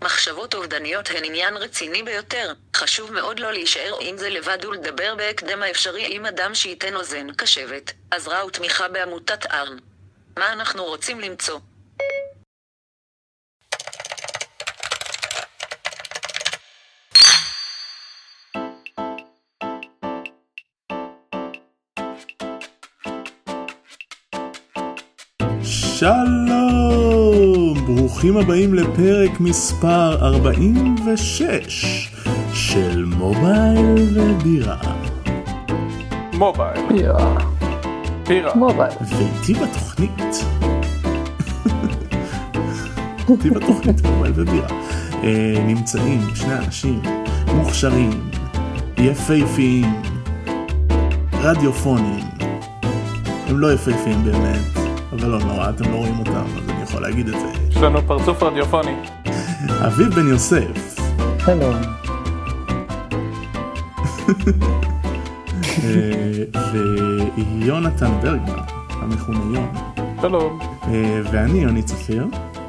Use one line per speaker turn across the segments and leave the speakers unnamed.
מחשבות אובדניות הן עניין רציני ביותר. חשוב מאוד לא להישאר עם זה לבד ולדבר בהקדם האפשרי עם אדם שייתן אוזן קשבת, עזרה ותמיכה בעמותת ארן. מה אנחנו רוצים למצוא?
שלום! ברוכים הבאים לפרק מספר 46 של מובייל ובירה.
מובייל. בירה.
מובייל.
ואיתי בתוכנית. איתי בתוכנית מובייל ובירה. נמצאים שני אנשים מוכשרים, יפהפיים, רדיופונים. הם לא יפהפיים באמת. אבל לא נורא, אתם לא רואים אותם, אז אני יכול להגיד את זה.
יש לנו פרצוף רדיופוני.
אביב בן יוסף.
שלום.
ויונתן ברגמן, המכונה יון.
שלום.
ואני יוני צפיר.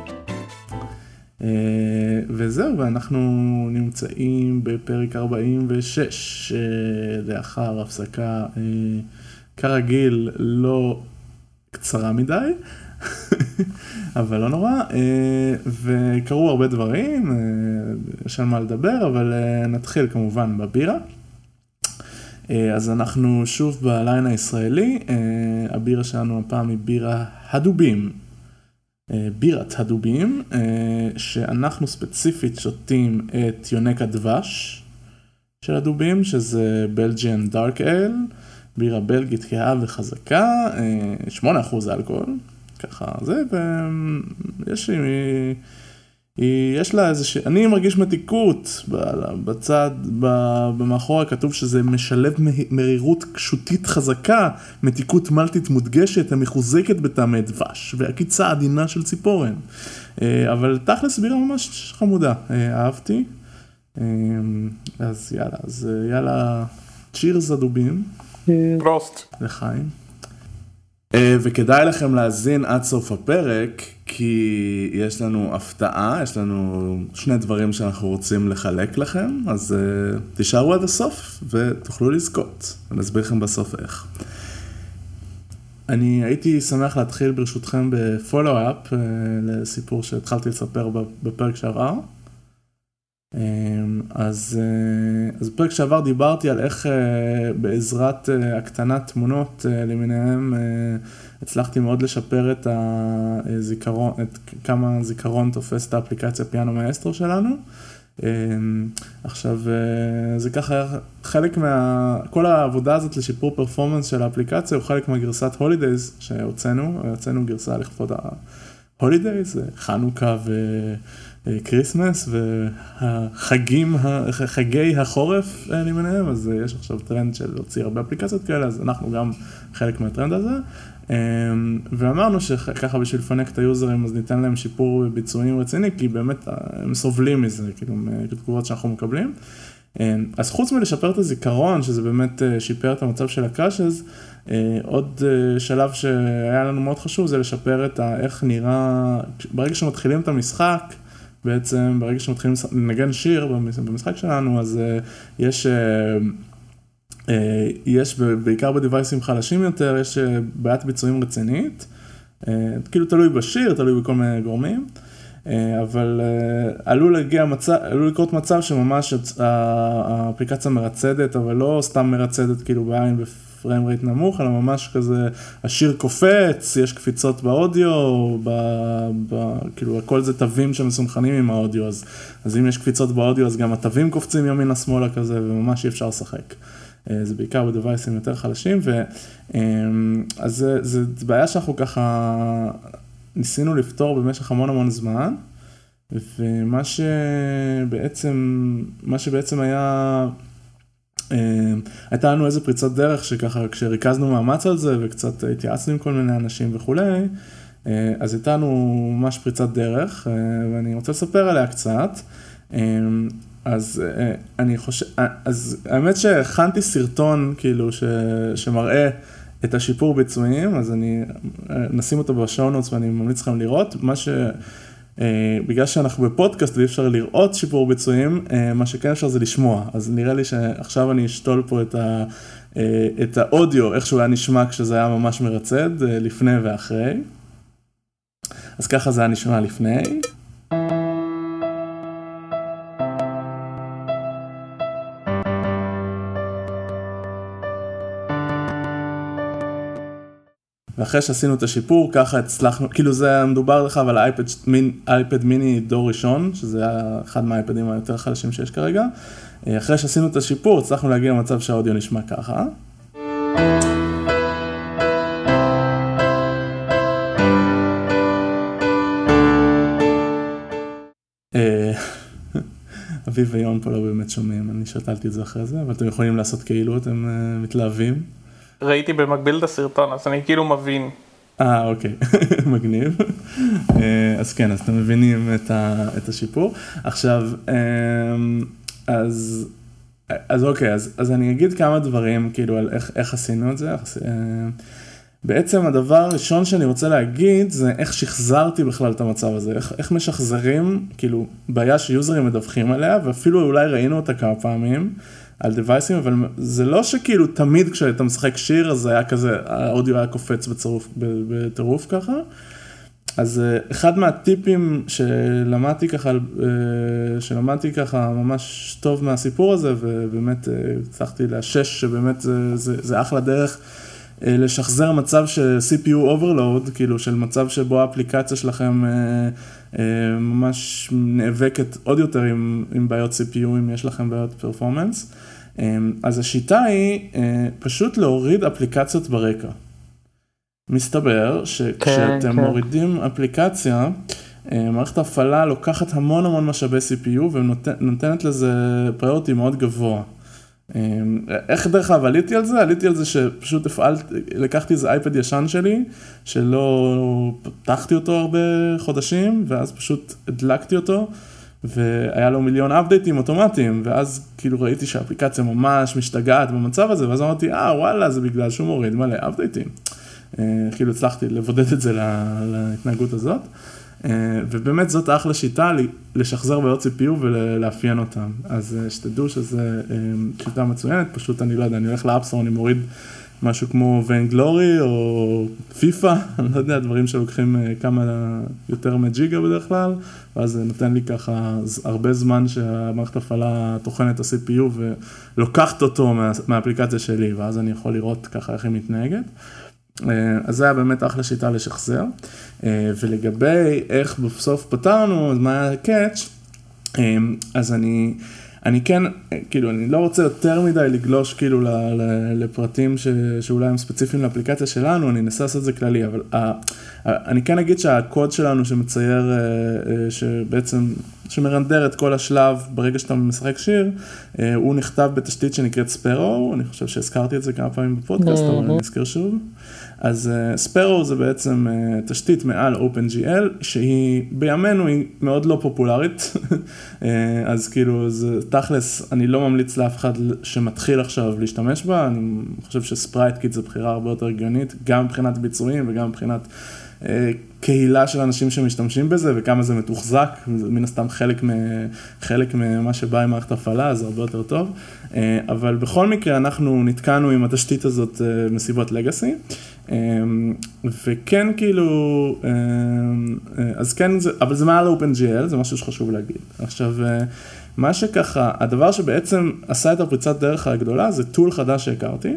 וזהו, ואנחנו נמצאים בפרק 46, לאחר הפסקה כרגיל לא קצרה מדי, אבל לא נורא, וקראו הרבה דברים, יש על מה לדבר, אבל נתחיל כמובן בבירה. אז אנחנו שוב בליין הישראלי, הבירה שלנו הפעם היא בירה הדובים, בירת הדובים, שאנחנו ספציפית שותים את יונק הדבש של הדובים, שזה בלג'יאן דארק אייל, בירה בלגית כהה וחזקה, 8% אלכוהול, ככה זה, ויש לה איזושהי, אני מרגיש מתיקות, בצד, במאחורה כתוב שזה משלב מרירות קשותית חזקה, מתיקות מלטית מודגשת, המחוזקת בטעמי דבש, והקיצה עדינה של ציפורן, אבל תכלס בירה ממש חמודה, אהבתי, אז יאללה, צ'ירס הדובים.
פרוסט.
לחיים. וכדאי לכם להזין עד סוף הפרק, כי יש לנו הפתעה, יש לנו שני דברים שאנחנו רוצים לחלק לכם, אז תישארו עד הסוף ותוכלו לזכות. אני אסביר לכם בסוף איך. אני הייתי שמח להתחיל ברשותכם בפולו-אפ לסיפור שהתחלתי לספר בפרק שעבר. אז בפרק שעבר דיברתי על איך בעזרת הקטנת תמונות למיניהם הצלחתי מאוד לשפר את הזיכרון, כמה זיכרון תופס את האפליקציה פיאנו מאסטרו שלנו. עכשיו זה ככה חלק כל העבודה הזאת לשיפור פרפורמנס של האפליקציה הוא חלק מהגרסת הולידייז שהוצאנו גרסה לכבוד ההולידייז, חנוכה קריסמס וחגי החורף למיניהם, אז יש עכשיו טרנד של להוציא הרבה אפליקציות כאלה, אז אנחנו גם חלק מהטרנד הזה, ואמרנו שככה בשביל לפנק את היוזרים אז ניתן להם שיפור ביצועים רציני, כי באמת הם סובלים מזה, כאילו תגובות שאנחנו מקבלים. אז חוץ מלשפר את הזיכרון, שזה באמת שיפר את המצב של הקראשז, עוד שלב שהיה לנו מאוד חשוב זה לשפר את איך נראה, ברגע שמתחילים את המשחק, בעצם ברגע שמתחילים לנגן שיר במשחק שלנו, אז יש בעיקר בדיווייסים חלשים יותר, יש בעיית ביצועים רצינית, כאילו תלוי בשיר, תלוי בכל מיני גורמים, אבל עלול לקרות מצב שממש האפליקציה מרצדת, אבל לא סתם מרצדת כאילו בעין בפריים רייט נמוך, אלא ממש כזה השיר קופץ, יש קפיצות באודיו, כאילו הכל זה תווים שמסונכנים עם האודיו, אז אם יש קפיצות באודיו אז גם התווים קופצים ימינה שמאלה כזה, וממש אי אפשר לשחק. זה בעיקר בדווייסים יותר חלשים, אז זה בעיה שאנחנו ככה ניסינו לפתור במשך המון זמן, ומה שבעצם הייתה לנו איזה פריצת דרך שככה כשריכזנו מאמץ על זה וקצת התייעצנו עם כל מיני אנשים וכולי, אז הייתה לנו ממש פריצת דרך, ואני רוצה לספר עליה קצת. אז האמת שהכנתי סרטון כאילו שמראה את השיפור ביצועים, אז אני נשים אותו בשואו נוטס ואני ממליץ לכם לראות. מה בגלל שאנחנו בפודקאסט ואי אפשר לראות שיפור ביצועים, מה שכן אפשר זה לשמוע, אז נראה לי שעכשיו אני אשתול פה את האודיו, איך שהוא היה נשמע כשזה היה ממש מרצד, לפני ואחרי. אז ככה זה היה נשמע לפני. ואחרי שעשינו את השיפור, ככה הצלחנו, כאילו זה מדובר לך על האייפד מיני דור ראשון, שזה היה אחד מהאייפדים היותר חלשים שיש כרגע. אחרי שעשינו את השיפור, הצלחנו להגיע למצב שהאודיו נשמע ככה. אביב ויון פה לא באמת שומעים, אני שתלתי את זה אחרי זה, אבל אתם יכולים לעשות כאילו, אתם מתלהבים.
ראיתי במקביל את הסרטון, אז אני כאילו מבין.
אוקיי, מגניב. אז כן, אז אתם מבינים את השיפור. עכשיו, אז אוקיי, אז אני אגיד כמה דברים, כאילו, על איך עשינו את זה. בעצם הדבר הראשון שאני רוצה להגיד, זה איך שחזרתי בכלל את המצב הזה, איך משחזרים, כאילו, בעיה שיוזרים מדווחים עליה, ואפילו אולי ראינו אותה כמה פעמים, על דווייסים, אבל זה לא שכאילו תמיד כשאתה משחק שיר, אז היה כזה, האודיו היה קופץ בטירוף ככה. אז אחד מהטיפים שלמדתי ככה ממש טוב מהסיפור הזה, ובאמת הצלחתי להשש שבאמת זה אחלה דרך לשחזר מצב של CPU overload, כאילו של מצב שבו האפליקציה שלכם ממש נאבקת עוד יותר עם בעיות CPU, אם יש לכם בעיות פרפורמנס. אז השיטה היא פשוט להוריד אפליקציות ברקע. מסתבר שכשאתם מורידים אפליקציה, מערכת ההפעלה לוקחת המון משאבי CPU ונותנת לזה פריוריטי מאוד גבוה. איך דרך אגב עליתי על זה שפשוט לקחתי איזה אייפד ישן שלי, שלא פתחתי אותו הרבה חודשים, ואז פשוט הדלקתי אותו, והיה לו מיליון אפדייטים אוטומטיים, ואז כאילו ראיתי שהאפליקציה ממש משתגעת במצב הזה, ואז אמרתי, וואלה, זה בגלל שהוא מוריד מלא אפדייטים. כאילו הצלחתי לבודד את זה להתנהגות הזאת, ובאמת זאת אחלה שיטה לשחזר בעיות CPU ולאפיין אותם. אז שתדעו שזה שיטה מצוינת, פשוט אני לא יודע, אני הולך לאפסטור, אני מוריד משהו כמו Vainglory או FIFA, אני לא יודע, דברים שלוקחים כמה יותר מג'יגה בדרך כלל, ואז זה נותן לי ככה הרבה זמן שהמערכת הפעלה תוכנת את ה-CPU ולוקחת אותו מהאפליקציה שלי, ואז אני יכול לראות ככה איך היא מתנהגת. אז זה היה באמת אחלה שיטה לשחזר, ולגבי איך בסוף פתרנו, אז מה היה הקאץ', אז אני כן, כאילו, אני לא רוצה יותר מדי לגלוש כאילו לפרטים שאולי הם ספציפיים לאפליקציה שלנו, אני אנסה לעשות את זה כללי, אבל אני כן אגיד שהקוד שלנו שמצייר, שבעצם, שמרנדר את כל השלב ברגע שאתה משחק שיר, הוא נכתב בתשתית שנקראת ספרו, אני חושב שהזכרתי את זה כמה פעמים בפודקאסט, אבל אני אזכיר שוב. אז ספרו זה בעצם תשתית מעל OpenGL, שהיא בימינו היא מאוד לא פופולרית, אז כאילו זה תכלס, אני לא ממליץ לאף אחד שמתחיל עכשיו להשתמש בה, אני חושב שספרייטקיט זה בחירה הרבה יותר הגיונית, גם מבחינת ביצועים וגם מבחינת קהילה של אנשים שמשתמשים בזה, וכמה זה מתוחזק, מן הסתם חלק ממה שבא עם מערכת הפעלה, זה הרבה יותר טוב, אבל בכל מקרה אנחנו נתקענו עם התשתית הזאת מסיבות לגאסי, וכן כאילו, אז כן, אבל זה מעל OpenGL, זה משהו שחשוב להגיד. עכשיו, מה שככה, הדבר שבעצם עשה את הפריצת דרך הגדולה, זה טול חדש שהכרתי,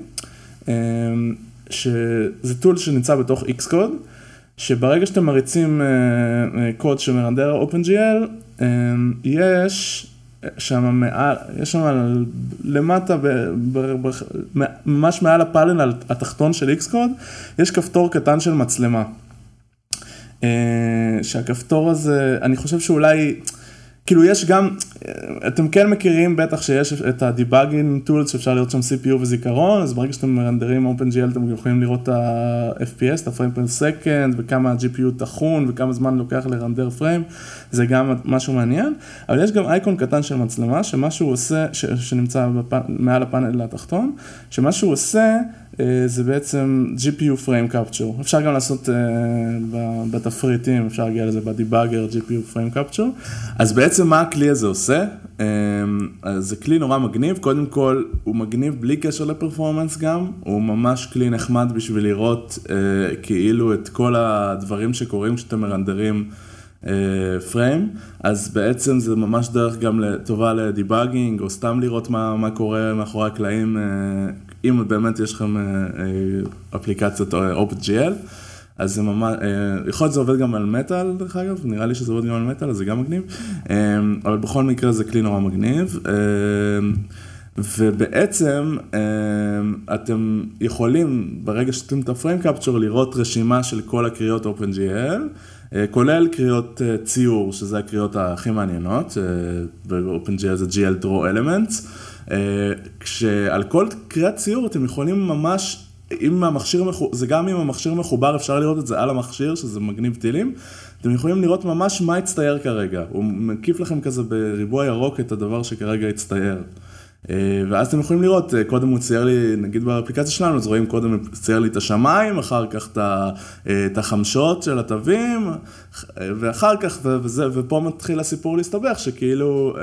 שזה טול שנמצא בתוך Xcode, שברגע שאתם מריצים קוד שמרנדר OpenGL, יש שם למטה, ממש מעל הפאנל התחתון של Xcode, יש כפתור קטן של מצלמה. שהכפתור הזה, אני חושב שאולי כאילו יש גם, אתם כן מכירים בטח שיש את ה-debugging tools שאפשר לראות שם CPU וזיכרון, אז ברגע שאתם מרנדרים OpenGL אתם יכולים לראות את ה-FPS, את ה-frame per second, וכמה ה-GPU תחון, וכמה זמן לוקח לרנדר פריים, זה גם משהו מעניין, אבל יש גם אייקון קטן של מצלמה, שמה שהוא עושה, שנמצא מעל הפאנל התחתון, שמה שהוא עושה, זה בעצם GPU frame capture. אפשר גם לעשות בתפריטים, אפשר להגיע לזה בדיבאגר, GPU frame capture. אז בעצם מה הכלי הזה עושה? זה כלי נורא מגניב. קודם כל, הוא מגניב בלי קשר לפרפורמנס גם. הוא ממש כלי נחמד בשביל לראות כאילו את כל הדברים שקורים כשאתם מרנדרים פריים. אז בעצם זה ממש דרך גם טובה לדיבאגינג, או סתם לראות מה קורה מאחורי הקלעים, אם באמת יש לכם אפליקציות OpenGL, אז זה ממש, יכול להיות זה עובד גם על מטל, דרך אגב, נראה לי שזה עובד גם על מטל, אז זה גם מגניב, אבל בכל מקרה זה כלי נורא מגניב, ובעצם אתם יכולים, ברגע שאתם את הפריים קפצ'ר, לראות רשימה של כל הקריאות OpenGL, כולל קריאות ציור, שזה הקריאות הכי מעניינות, ב-OpenGL זה GL Draw Elements, כשעל כל קריאת ציור אתם יכולים ממש, זה גם אם המכשיר מחובר, אפשר לראות את זה על המכשיר, שזה מגניב טילים, אתם יכולים לראות ממש מה יצטייר כרגע, הוא מקיף לכם כזה בריבוע ירוק את הדבר שכרגע יצטייר. ואז אתם יכולים לראות, קודם הוא צייר לי, נגיד באפליקציה שלנו, אז רואים קודם הוא צייר לי את השמיים, אחר כך את החמשות של התווים, ואחר כך, ופה מתחיל הסיפור להסתבך, שכאילו,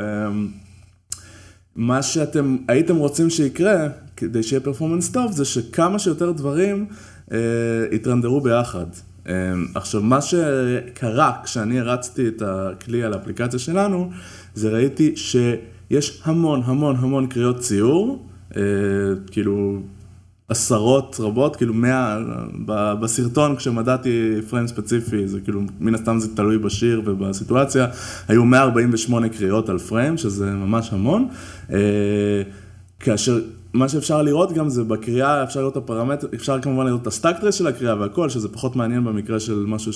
מה שאתם הייתם רוצים שיקרה, כדי שיהיה פרפורמנס טוב, זה שכמה שיותר דברים יתרנדרו ביחד. עכשיו, מה שקרה כשאני הרצתי את הכלי על האפליקציה שלנו, זה ראיתי שיש המון קריאות ציור, כאילו עשרות רבות, כאילו 100, בסרטון כשמדעתי פריים ספציפי, זה כאילו מן הסתם זה תלוי בשיר ובסיטואציה, היו 148 קריאות על פריים, שזה ממש המון, כאשר מה שאפשר לראות גם זה בקריאה, אפשר לראות את הפרמטר, אפשר כמובן לראות את הסטאקטרס של הקריאה והכל, שזה פחות מעניין במקרה של משהו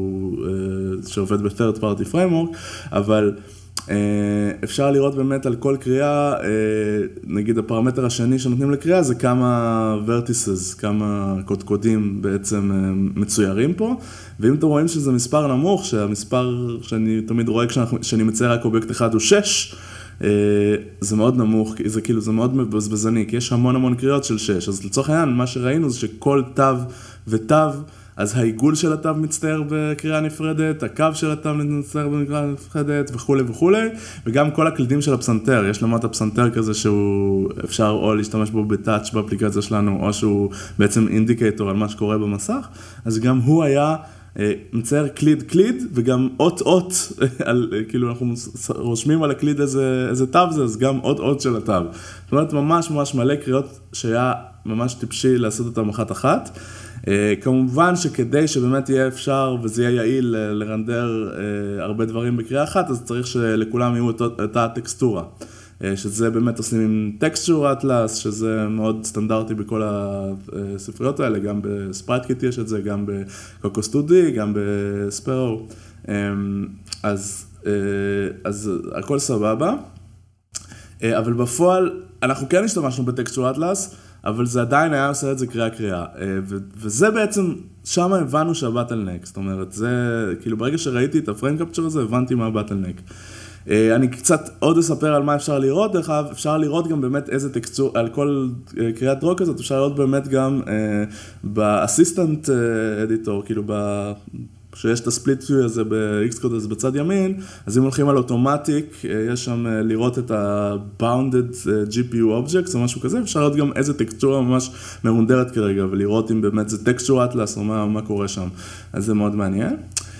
שעובד ב-third party framework, אבל אפשר לראות באמת על כל קריאה, נגיד הפרמטר השני שנותנים לקריאה זה כמה vertices, כמה קודקודים בעצם מצוירים פה, ואם אתם רואים שזה מספר נמוך, שהמספר שאני תמיד רואה כשאני מצייר רק אובייקט אחד הוא 6, זה מאוד נמוך, זה כאילו זה מאוד מבזבזני, כי יש המון קריאות של 6, אז לצורך העניין מה שראינו זה שכל תו ותו, אז העיגול של התו מצטייר בקריאה נפרדת, הקו של התו מצטייר בקריאה נפרדת וכו', וגם כל הקלידים של הפסנתר, יש למטה פסנתר כזה שהוא אפשר או להשתמש בו בטאץ' באפליקציה שלנו, או שהוא בעצם אינדיקטור על מה שקורה במסך, אז גם הוא היה מצייר קליד, וגם אות, כאילו אנחנו רושמים על הקליד איזה תו זה, אז גם אות של התו. זאת אומרת, ממש מלא קריאות שהיה ממש טיפשי לעשות אותם אחת. כמובן שכדי שבאמת יהיה אפשר וזה יהיה יעיל לרנדר הרבה דברים בקריאה אחת, אז צריך שלכולם יהיו אותה טקסטורה. שזה באמת עושים עם טקסטור אטלס, שזה מאוד סטנדרטי בכל הספריות האלה, גם בספרייטקיט יש את זה, גם בקוקו סטודי, גם בספרו, אז הכל סבבה, אבל בפועל אנחנו כן השתמשנו בטקסטור אטלס, אבל זה עדיין היה עושה את זה קריאה, וזה בעצם, שם הבנו שהבטלנק, זאת אומרת, זה, כאילו ברגע שראיתי את הפריים קפצ'ר הזה, הבנתי מה הבטלנק. אני קצת עוד אספר על מה אפשר לראות, דרך אגב, אפשר לראות גם באמת איזה טקסטור, על כל קריאת דרו כזאת, אפשר לראות באמת גם באסיסטנט אדיטור, כאילו שיש את הספליט פיו הזה ב-Xcode הזה בצד ימין, אז אם הולכים על אוטומטיק, יש שם לראות את ה-bounded GPU objects או משהו כזה, אפשר לראות גם איזה טקסטורה ממש מרונדרת כרגע, ולראות אם באמת זה טקסטור אטלס או מה קורה שם, אז זה מאוד מעניין.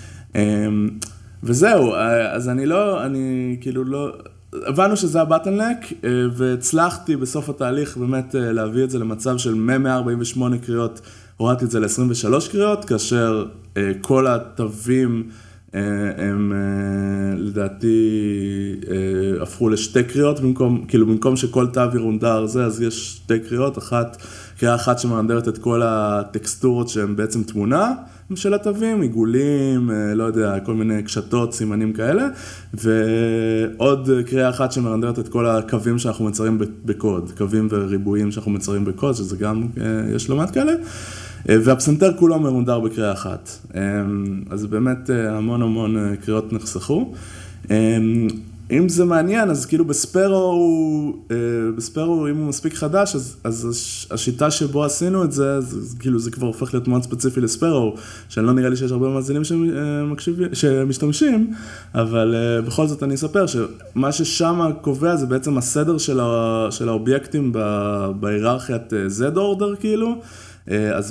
וזהו, אז אני כאילו לא, הבנו שזה הבטלנק, והצלחתי בסוף התהליך באמת להביא את זה למצב של 148 קריאות, הורדתי את זה ל-23 קריאות, כאשר כל התווים הם לדעתי הפכו לשתי קריאות, במקום שכל תו ירונדר זה, אז יש שתי קריאות, קריאה אחת שמרנדרת את כל הטקסטורות שהן בעצם תמונה, של התווים, עיגולים, לא יודע, כל מיני קשתות, סימנים כאלה, ועוד קריאה אחת שמרנדרת את כל הקווים שאנחנו מצרים בקוד, קווים וריבועים שאנחנו מצרים בקוד, שזה גם, יש לא מעט כאלה, והפסנתר כולו מרונדר בקריאה אחת. אז באמת המון קריאות נחסכו. אם זה מעניין, אז כאילו בספרו, אם הוא מספיק חדש, אז השיטה שבו עשינו את זה, כאילו זה כבר הופך להיות מאוד ספציפי לספרו, שאני לא נראה לי שיש הרבה מאזינים שמשתמשים, אבל בכל זאת אני אספר שמה ששם קובע זה בעצם הסדר של האובייקטים בהיררכיית Z-order כאילו, אז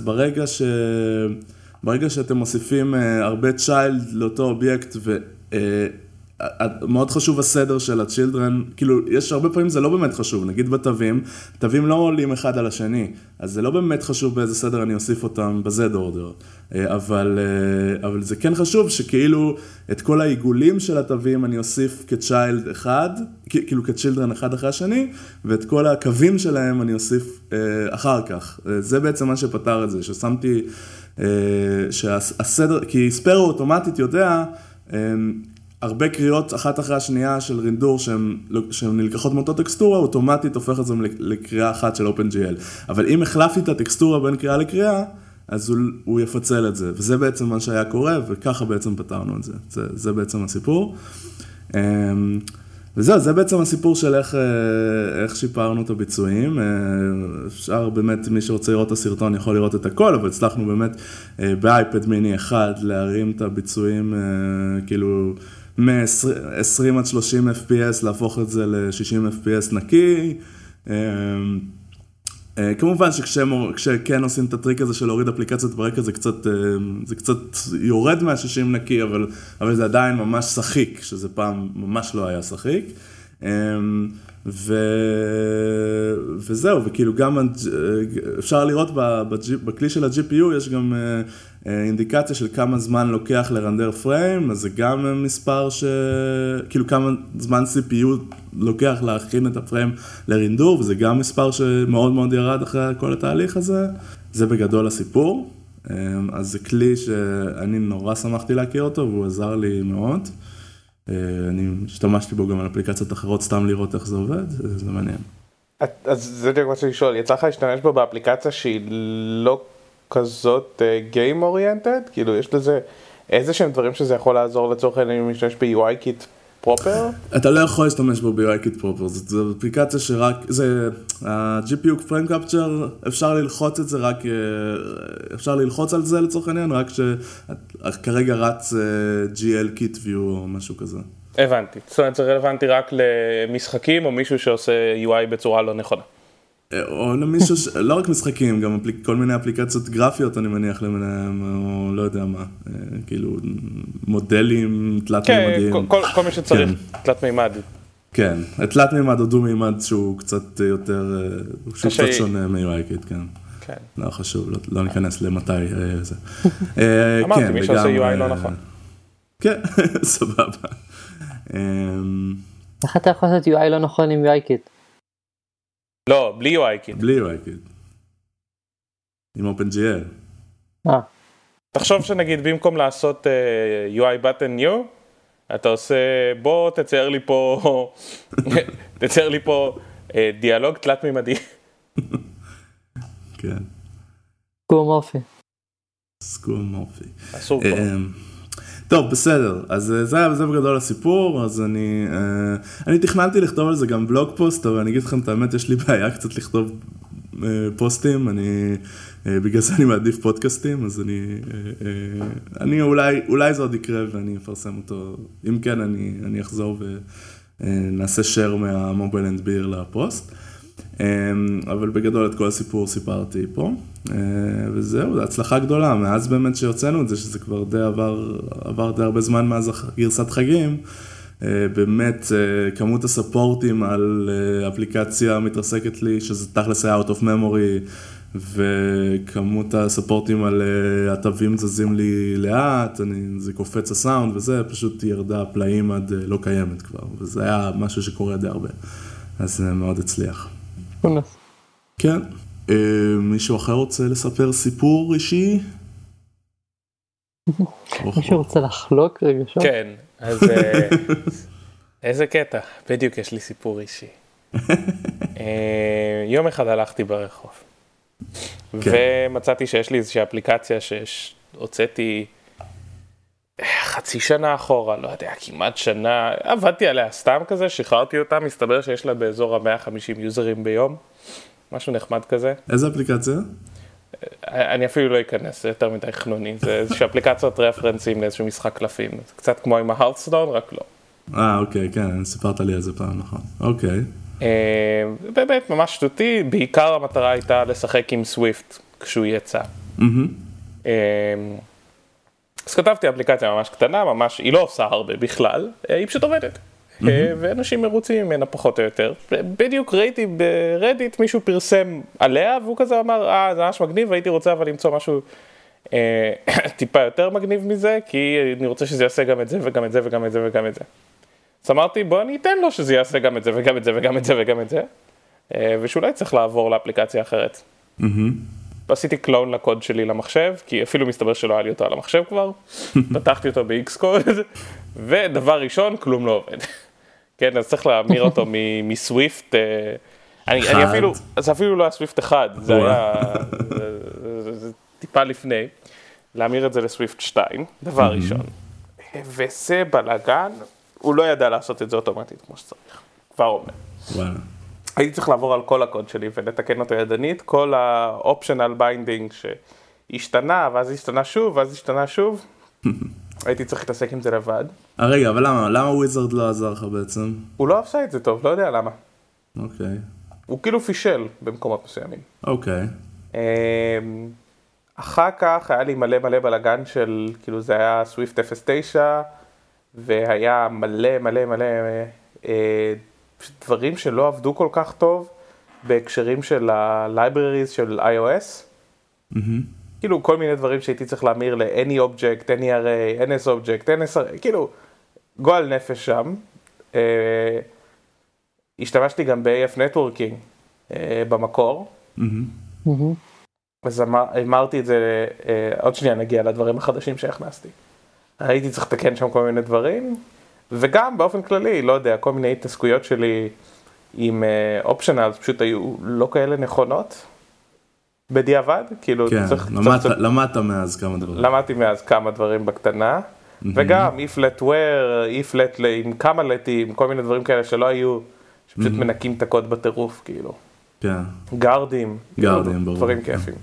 ברגע שאתם מוסיפים הרבה child לאותו אובייקט מאוד חשוב הסדר של ה-children, כאילו יש הרבה פעמים זה לא באמת חשוב, נגיד בתווים, תווים לא עולים אחד על השני, אז זה לא באמת חשוב באיזה סדר אני אוסיף אותם ב-Z-order, אבל זה כן חשוב שכאילו את כל העיגולים של התווים אני אוסיף כ-child אחד, כאילו כ-children אחד אחרי השני, ואת כל הקווים שלהם אני אוסיף אחר כך. זה בעצם מה שפתר את זה, ששמתי, שהסדר, כי ספרו אוטומטית יודע, הרבה קריאות אחת אחרי השנייה של רינדור שהן נלקחות מאותו טקסטורה, אוטומטית הופך את זה לקריאה אחת של OpenGL. אבל אם החלפתי את הטקסטורה בין קריאה לקריאה, אז הוא יפצל את זה. וזה בעצם מה שהיה קורה, וככה בעצם פתרנו את זה. זה בעצם הסיפור. וזהו, זה בעצם הסיפור של איך שיפרנו את הביצועים. אפשר באמת, מי שרוצה לראות את הסרטון יכול לראות את הכל, אבל הצלחנו באמת באייפד מיני אחד להרים את הביצועים, כאילו, מ-20 עד 30 FPS, להפוך את זה ל-60 FPS נקי. כמובן שכשכן עושים את הטריק הזה של להוריד אפליקציות ברקע, זה קצת יורד מה-60 נקי, אבל זה עדיין ממש שחיק, שזה פעם ממש לא היה שחיק. וזהו, וכאילו גם אפשר לראות בכלי של ה-GPU, יש גם אינדיקציה של כמה זמן לוקח לרנדר פריים, אז זה גם מספר כאילו כמה זמן CPU לוקח להכין את הפריים לרינדור, וזה גם מספר שמאוד מאוד ירד אחרי כל התהליך הזה. זה בגדול הסיפור. אז זה כלי שאני נורא שמחתי להכיר אותו, והוא עזר לי מאוד. אני השתמשתי בו גם על אפליקציות אחרות, סתם לראות איך זה עובד, זה מעניין.
אז זה די רוצה לשאול, יצא לך להשתמש בו באפליקציה שהיא לא כזאת game oriented? כאילו יש לזה איזה שהם דברים שזה יכול לעזור לצורך העניין אם משתמש ב-UI Kit פרופר?
אתה לא יכול להשתמש בו ב-UI Kit פרופר, זו אפליקציה שרק, זה ה-GPU Frame Capture, אפשר ללחוץ את זה רק, אפשר ללחוץ על זה לצורך העניין, רק שכרגע רץ GL Kit View או משהו כזה.
הבנתי, זאת אומרת זה רלוונטי רק למשחקים או מישהו שעושה UI בצורה לא נכונה?
או למישהו, לא רק משחקים, גם כל מיני אפליקציות גרפיות, אני מניח למיניהם, או לא יודע מה, כאילו מודלים תלת-מימדיים.
כן, כל מי שצריך, תלת-מימד.
כן, תלת-מימד או דו-מימד שהוא קצת יותר, שהוא קצת שונה מ-UI-Kit, כן.
כן.
לא חשוב, לא ניכנס למתי זה.
אמרתי, מי שעושה UI לא נכון.
כן, סבבה.
איך אתה יכול לעשות UI לא נכון עם UI-Kit?
לא, בלי UI-Kit.
בלי UI-Kit. עם OpenGL.
תחשוב שנגיד במקום לעשות UI button new, אתה עושה, בוא תצייר לי פה דיאלוג תלת-מימדי.
כן.
סקומורפי.
סקומורפי.
אסור פה.
טוב, בסדר, אז זה בגדול הסיפור, אז אני תכננתי לכתוב על זה גם בלוג פוסט, אבל אני אגיד לכם את האמת, יש לי בעיה קצת לכתוב פוסטים, בגלל זה אני מעדיף פודקאסטים, אז אני אולי זה עוד יקרה ואני אפרסם אותו, אם כן אני אחזור ונעשה share מהמובייל אנד ביר לפוסט, אבל בגדול את כל הסיפור סיפרתי פה, וזהו, זו הצלחה גדולה, מאז באמת שיוצאנו את זה, שזה כבר עבר די הרבה זמן מאז גרסת חגים, באמת כמות הספורטים על אפליקציה מתרסקת לי, שזה תכלס היה out of memory, וכמות הספורטים על התווים זזים לי לאט, זה קופץ הסאונד וזה, פשוט ירדה פלאים עד לא קיימת כבר, וזה היה משהו שקורה די הרבה, אז זה מאוד הצליח. כן, מישהו אחר רוצה לספר סיפור אישי?
מישהו רוצה לחלוק רגשות?
כן, אז איזה קטע, בדיוק יש לי סיפור אישי. יום אחד הלכתי ברחוב, ומצאתי שיש לי איזושהי אפליקציה שהוצאתי חצי שנה אחורה, לא יודע, כמעט שנה, עבדתי עליה סתם כזה, שחררתי אותה, מסתבר שיש לה באזור ה-150 יוזרים ביום, משהו נחמד כזה.
איזה אפליקציה?
אני אפילו לא אכנס, זה יותר מדי חנוני, זה איזושהי אפליקציות רפרנסים לאיזשהו משחק קלפים, זה קצת כמו עם ההרת'סטון, רק לא.
אוקיי, כן, סיפרת לי על זה פעם, נכון, אוקיי.
באמת ממש שטותי, בעיקר המטרה הייתה לשחק עם סוויפט כשהוא יצא. אז כתבתי אפליקציה ממש קטנה, ממש, היא לא עושה הרבה בכלל, היא פשוט עובדת. ואנשים מרוצים ממנה פחות או יותר. בדיוק ראיתי ברדיט, מישהו פרסם עליה, והוא כזה אמר, זה ממש מגניב, והייתי רוצה אבל למצוא משהו טיפה יותר מגניב מזה, כי אני רוצה שזה יעשה גם את זה, וגם את זה, וגם את זה, וגם את זה. אז אמרתי, בוא אני אתן לו שזה יעשה גם את זה, וגם את זה, וגם את זה, וגם את זה, ושאולי צריך לעבור לאפליקציה אחרת. עשיתי קלון לקוד שלי למחשב, כי אפילו מסתבר שלא היה לי אותו על המחשב כבר, פתחתי אותו ב-Xcode, ודבר ראשון, כלום לא עובד. כן, אז צריך להמיר אותו מסוויפט, אני אפילו, זה אפילו לא היה סוויפט אחד, זה היה טיפה לפני, להמיר את זה לסוויפט 2, דבר ראשון. וזה בלגן, הוא לא ידע לעשות את זה אוטומטית כמו שצריך, כבר אומר.
וואלה.
הייתי צריך לעבור על כל הקוד שלי ולתקן אותו ידנית, כל ה-optional binding שהשתנה, ואז השתנה שוב, ואז השתנה שוב. הייתי צריך להתעסק עם זה לבד.
רגע, אבל למה וויזרד לא עזר לך בעצם?
הוא לא עשה את זה טוב, לא יודע למה.
אוקיי.
הוא כאילו פישל במקומות מסוימים.
אוקיי.
אחר כך היה לי מלא מלא בלגן של, כאילו זה היה סוויפט 09, והיה מלא מלא מלא דברים שלא עבדו כל כך טוב, בהקשרים של ה-libraries של iOS. כאילו כל מיני דברים שהייתי צריך להמיר ל-any object, any array, ns object, ns array, כאילו גועל נפש שם. השתמשתי גם ב-AF networking במקור. אז אמרתי את זה, עוד שנייה נגיע לדברים החדשים שהכנסתי. הייתי צריך לתקן שם כל מיני דברים, וגם באופן כללי, לא יודע, כל מיני התעסקויות שלי עם אופשנלס פשוט היו לא כאלה נכונות. בדיעבד, כאילו
כן, למדת מאז כמה דברים.
למדתי מאז כמה דברים בקטנה, וגם if let where, if let עם כמה לטים, כל מיני דברים כאלה שלא היו, שפשוט מנקים את הקוד בטירוף, כאילו.
כן.
גארדים,
ברור.
דברים כיפים.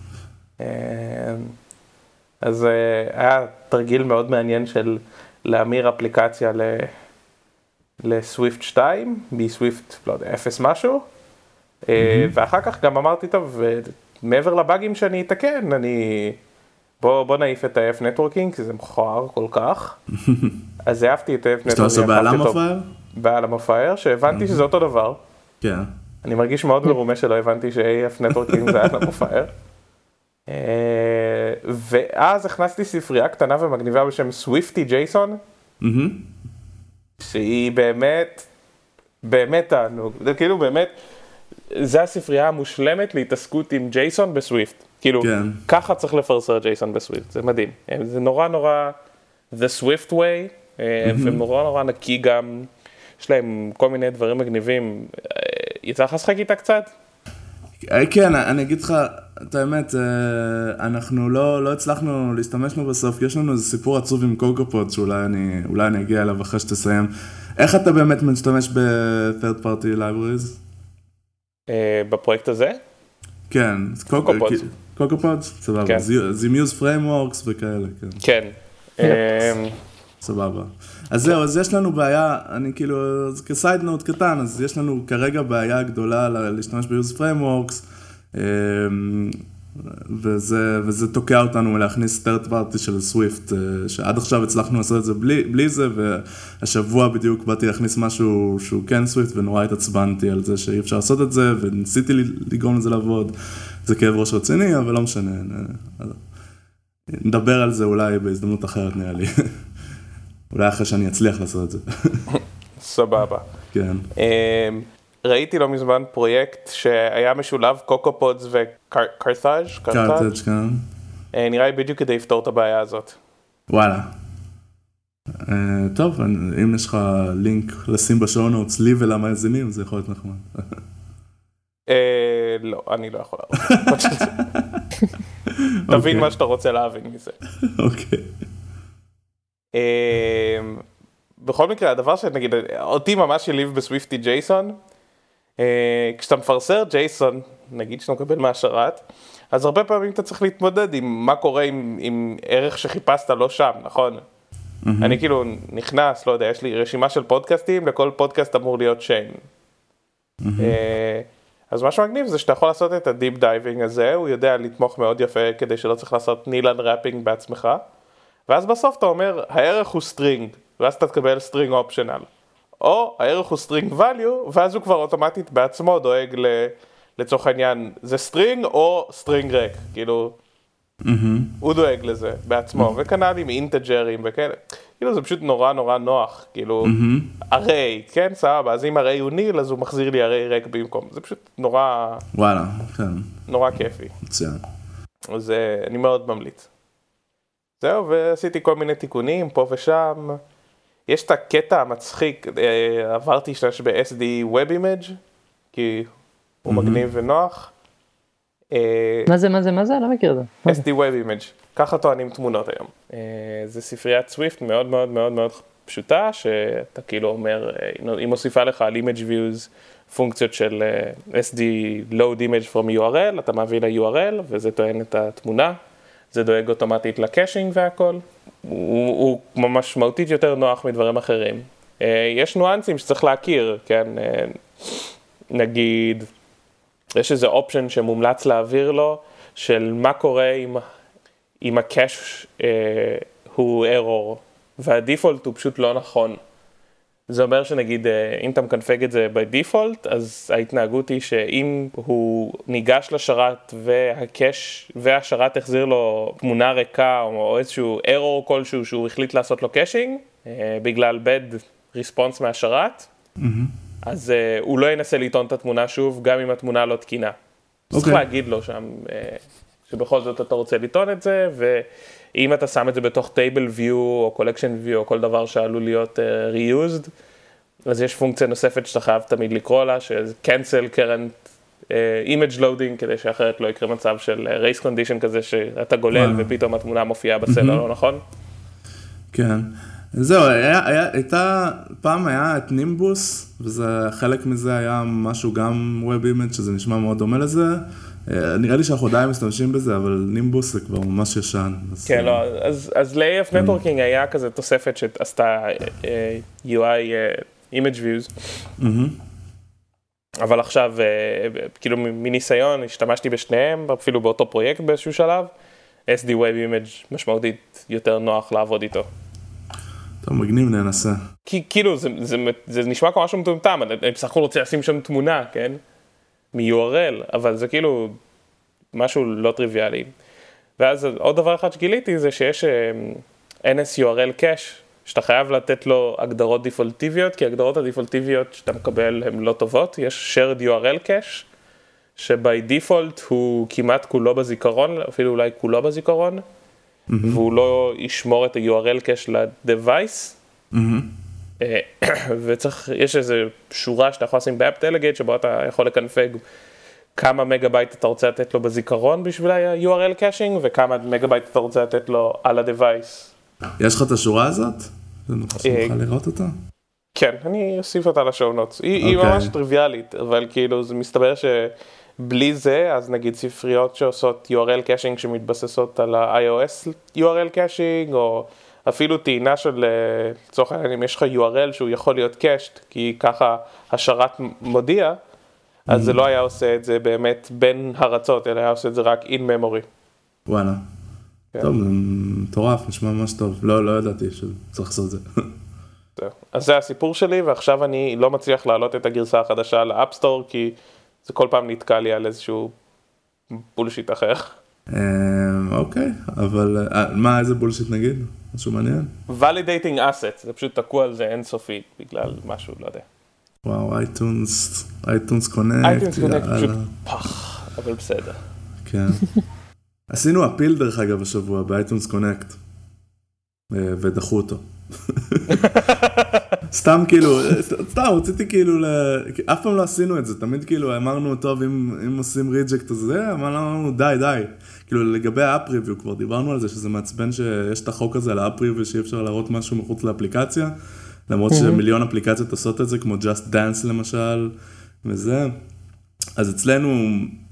אז היה תרגיל מאוד מעניין של להמיר אפליקציה לסוויפט 2, בסוויפט, לא יודע, 0 משהו, ואחר כך גם אמרתי, טוב, מעבר לבאגים שאני אתקן, בוא נעיף את ה-AF networking, כי זה מכוער כל כך. אז העפתי את ה-AF networking.
שאתה עושה בעלם הפייר?
בעלם הפייר, שהבנתי שזה אותו דבר.
כן.
אני מרגיש מאוד מרומה שלא הבנתי ש-AF networking זה בעלם הפייר. ואז הכנסתי ספרייה קטנה ומגניבה בשם סוויפטי ג'ייסון, שהיא באמת תענוג, כאילו באמת, זה הספרייה המושלמת להתעסקות עם ג'ייסון בסוויפט, כאילו ככה צריך לפרסר ג'ייסון בסוויפט, זה מדהים, זה נורא נורא the swift way, ונורא נורא נקי גם, יש להם כל מיני דברים מגניבים, יצא לך לשחק איתה קצת?
כן, אני אגיד לך, את האמת, אנחנו לא הצלחנו להשתמש לו בסוף, יש לנו איזה סיפור עצוב עם קוקופוד, שאולי אני אגיע אליו אחרי שתסיים. איך אתה באמת משתמש ב-third party libraries?
בפרויקט הזה?
כן, קוקופוד, סבבה, זימיוז frameworks וכאלה, כן.
כן.
סבבה. אז זהו, אז יש לנו בעיה, אני כאילו, כסייד נוט קטן, אז יש לנו כרגע בעיה גדולה להשתמש ב-use frameworks, וזה תוקע אותנו מלהכניס third party של סוויפט, שעד עכשיו הצלחנו לעשות את זה בלי זה, והשבוע בדיוק באתי להכניס משהו שהוא כן סוויפט, ונורא התעצבנתי על זה שאי אפשר לעשות את זה, וניסיתי לגרום לזה לעבוד, זה כאב ראש רציני, אבל לא משנה, נדבר על זה אולי בהזדמנות אחרת נראה לי. אולי אחרי שאני אצליח לעשות את זה.
סבבה.
כן.
ראיתי לא מזמן פרויקט שהיה משולב קוקופודס וקרת'אז'.
קרת'אז', כן.
נראה לי בדיוק כדי לפתור את הבעיה הזאת.
וואלה. טוב, אם יש לך לינק לשים בשואו נוטס לי ולמאזינים, זה יכול להיות נחמד.
לא, אני לא יכול להראות. תבין מה שאתה רוצה להבין מזה.
אוקיי.
בכל מקרה, הדבר שנגיד, אותי ממש יליב בסוויפטי ג'ייסון, כשאתה מפרסר ג'ייסון, נגיד שאתה מקבל מהשרת, אז הרבה פעמים אתה צריך להתמודד עם מה קורה עם ערך שחיפשת לא שם, נכון? אני כאילו נכנס, לא יודע, יש לי רשימה של פודקאסטים, לכל פודקאסט אמור להיות שיין. אז מה שמגניב זה שאתה יכול לעשות את הדיפ דייבינג הזה, הוא יודע לתמוך מאוד יפה כדי שלא צריך לעשות ניל אנראפינג בעצמך, ואז בסוף אתה אומר, הערך הוא סטרינג, ואז אתה תקבל סטרינג אופשנל. או הערך הוא סטרינג value, ואז הוא כבר אוטומטית בעצמו דואג לצורך העניין, זה סטרינג או סטרינג ריק, כאילו, הוא דואג לזה בעצמו, וכנ"ל עם אינטג'רים וכאלה, כאילו זה פשוט נורא נורא נוח, כאילו, הרי, כן, סבבה, אז אם הרי הוא ניל, אז הוא מחזיר לי הרי ריק במקום, זה פשוט נורא,
וואלה, כן.
נורא כיפי.
מצוין.
אז אני מאוד ממליץ. זהו, ועשיתי כל מיני תיקונים פה ושם. יש את הקטע המצחיק, עברתי להשתמש ב-SD Web Image, כי הוא מגניב ונוח.
מה זה? לא מכיר את זה.
SD Web Image, ככה טוענים תמונות היום. זה ספריית סוויפט מאוד מאוד מאוד מאוד פשוטה, שאתה כאילו אומר, היא מוסיפה לך על Image Views פונקציות של SD Load Image from URL, אתה מביא ל-URL וזה טוען את התמונה. זה דואג אוטומטית לקאשינג והכל, הוא ממש מהותית יותר נוח מדברים אחרים. יש ניואנסים שצריך להכיר, כן? נגיד, יש איזה אופשן שמומלץ להעביר לו, של מה קורה אם הקאש הוא error, והדיפולט הוא פשוט לא נכון. זה אומר שנגיד, אם אתה מקנפג את זה בדיפולט, אז ההתנהגות היא שאם הוא ניגש לשרת והשרת החזיר לו תמונה ריקה או איזשהו error כלשהו שהוא החליט לעשות לו קאשינג, בגלל bad response מהשרת, אז הוא לא ינסה לטעון את התמונה שוב, גם אם התמונה לא תקינה. צריך להגיד לו שם שבכל זאת אתה רוצה לטעון את זה, ואם אתה שם את זה בתוך table view או collection view או כל דבר שעלול להיות reused, אז יש פונקציה נוספת שאתה חייב תמיד לקרוא לה, שזה cancel current image loading, כדי שאחרת לא יקרה מצב של race condition כזה, שאתה גולל ופתאום התמונה מופיעה בסלע, לא נכון?
כן. זהו, פעם היה את נימבוס, וחלק מזה היה משהו גם Web Image, שזה נשמע מאוד דומה לזה. נראה לי שאנחנו עדיין משתמשים בזה, אבל נימבוס זה כבר ממש ישן.
כן, לא, אז ל-AF Networking היה כזה תוספת שעשתה UI Image Views, אבל עכשיו, כאילו מניסיון, השתמשתי בשניהם, אפילו באותו פרויקט באיזשהו שלב, SD Web Image משמעותית יותר נוח לעבוד איתו.
טוב, מגניב ננסה.
כי כאילו, זה נשמע כמו משהו מטומטם, אני בסך הכל רוצה לשים שם תמונה, כן? מ-URL, אבל זה כאילו משהו לא טריוויאלי. ואז עוד דבר אחד שגיליתי זה שיש NSURL cache, שאתה חייב לתת לו הגדרות דיפולטיביות, כי הגדרות הדיפולטיביות שאתה מקבל הן לא טובות. יש shared URL cache, שבי דיפולט הוא כמעט כולו בזיכרון, אפילו אולי כולו בזיכרון, והוא לא ישמור את ה-URL cache ל-device, ויש איזו שורה שאתה יכול לשים באפ דלגייט, שבו אתה יכול לקנפג כמה מגה-בייט אתה רוצה לתת לו בזיכרון בשביל ה-URL caching, וכמה מגה-בייט אתה רוצה לתת לו על ה-device.
יש לך את השורה הזאת? נוכל לראות אותה?
כן, אני אוסיף אותה לשואו נוטס. היא ממש טריוויאלית, אבל כאילו זה מסתבר שבלי זה, אז נגיד ספריות שעושות URL caching שמתבססות על ה-iOS URL caching, או אפילו טעינה של, לצורך העניין, אם יש לך URL שהוא יכול להיות cached, כי ככה השרת מודיע, אז זה לא היה עושה את זה באמת בין הרצות, אלא היה עושה את זה רק in memory.
וואלה. טוב, זה מטורף, נשמע ממש טוב. לא ידעתי שצריך לעשות את זה.
אז זה הסיפור שלי, ועכשיו אני לא מצליח להעלות את הגרסה החדשה לאפסטור, כי זה כל פעם נתקע לי על איזשהו בולשיט אחר.
אוקיי, אבל איזה בולשיט נגיד? משהו מעניין?
Validating assets, זה פשוט תקוע על זה אינסופית, בגלל משהו, לא יודע.
וואו, iTunes Connect.
iTunes Connect פשוט פח, אבל בסדר.
כן. עשינו אפיל דרך אגב השבוע ב-iTunes Connect. ודחו אותו. סתם כאילו, רציתי כאילו, אף פעם לא עשינו את זה, תמיד כאילו אמרנו, טוב, אם עושים ריג'קט אז זה, אמרנו, די. כאילו לגבי האפ-ריוויו כבר דיברנו על זה, שזה מעצבן שיש את החוק הזה על האפ-ריוויו, שאי אפשר להראות משהו מחוץ לאפליקציה, למרות שמיליון אפליקציות עושות את זה, כמו Just Dance למשל, וזה. אז אצלנו,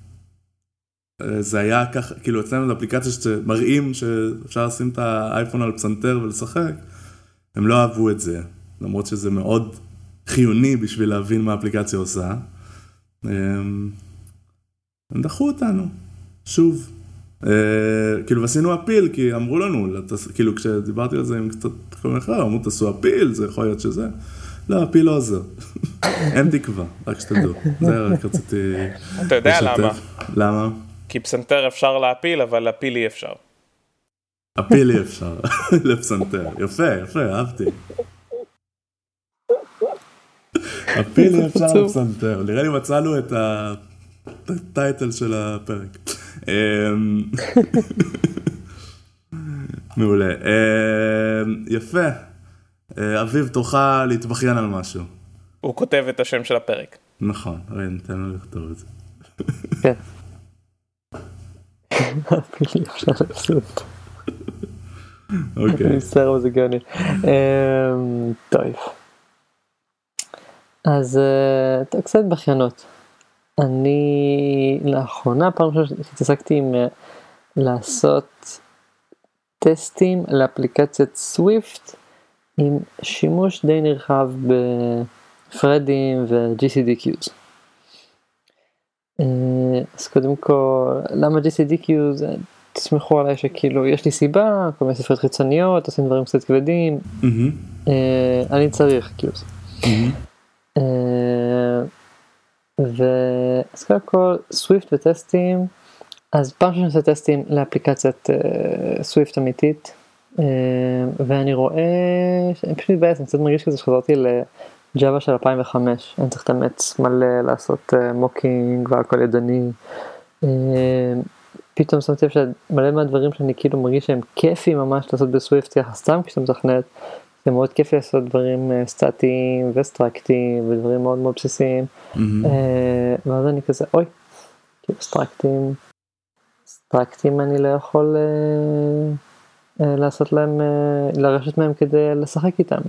זה היה ככה, כאילו אצלנו זה אפליקציה שמראים שאפשר לשים את האייפון על פסנתר ולשחק, הם לא אהבו את זה, למרות שזה מאוד חיוני בשביל להבין מה האפליקציה עושה. הם דחו אותנו, שוב. כאילו עשינו אפיל, כי אמרו לנו, כאילו כשדיברתי על זה עם קצת כל מיני אחר, אמרו תעשו אפיל, זה יכול להיות שזה. לא, אפיל לא עוזר. אין תקווה, רק שתדעו. זה רק רציתי...
אתה יודע למה?
למה?
כי פסנתר אפשר להפיל, אבל להפיל אי אפשר.
אפיל אי אפשר, לפסנתר. יפה, אהבתי. אפיל אי אפשר לפסנתר. נראה לי מצאנו את הטייטל של הפרק. מעולה. יפה. אביב, תוכל להתבכיין על משהו.
הוא כותב את השם של הפרק.
נכון, ניתן לו לכתוב את זה.
כן. אפיל אפשר לעשות.
אוקיי.
אני מצטער בזה גאוני. טוב. אז קצת בכיינות. אני לאחרונה פעם שהתעסקתי עם לעשות טסטים לאפליקציית סוויפט עם שימוש די נרחב בפרדים ו-GCDQs. אז קודם כל, למה GCDQs? תסמכו עליי שכאילו יש לי סיבה, כל מיני ספריות חיצוניות, עושים דברים קצת כבדים, אני צריך Qs. אז קודם כל, סוויפט וטסטים, אז פעם שאני עושה טסטים לאפליקציית סוויפט אמיתית, ואני רואה, אני פשוט מתבאס, אני קצת מרגיש כזה שחזרתי לג'אווה של 2005, אני צריך להתאמץ מלא לעשות מוקינג והכל ידני, פתאום שמתי לב שמלא מהדברים שאני כאילו מרגיש שהם כיפי ממש לעשות בסוויפט יחד סתם כשאתה מתכנת, זה מאוד כיפי לעשות דברים סטטיים וסטרקטיים ודברים מאוד מאוד בסיסיים, ואז אני כזה, אוי, כאילו סטרקטים אני לא יכול לעשות להם, לרשת מהם כדי לשחק איתם.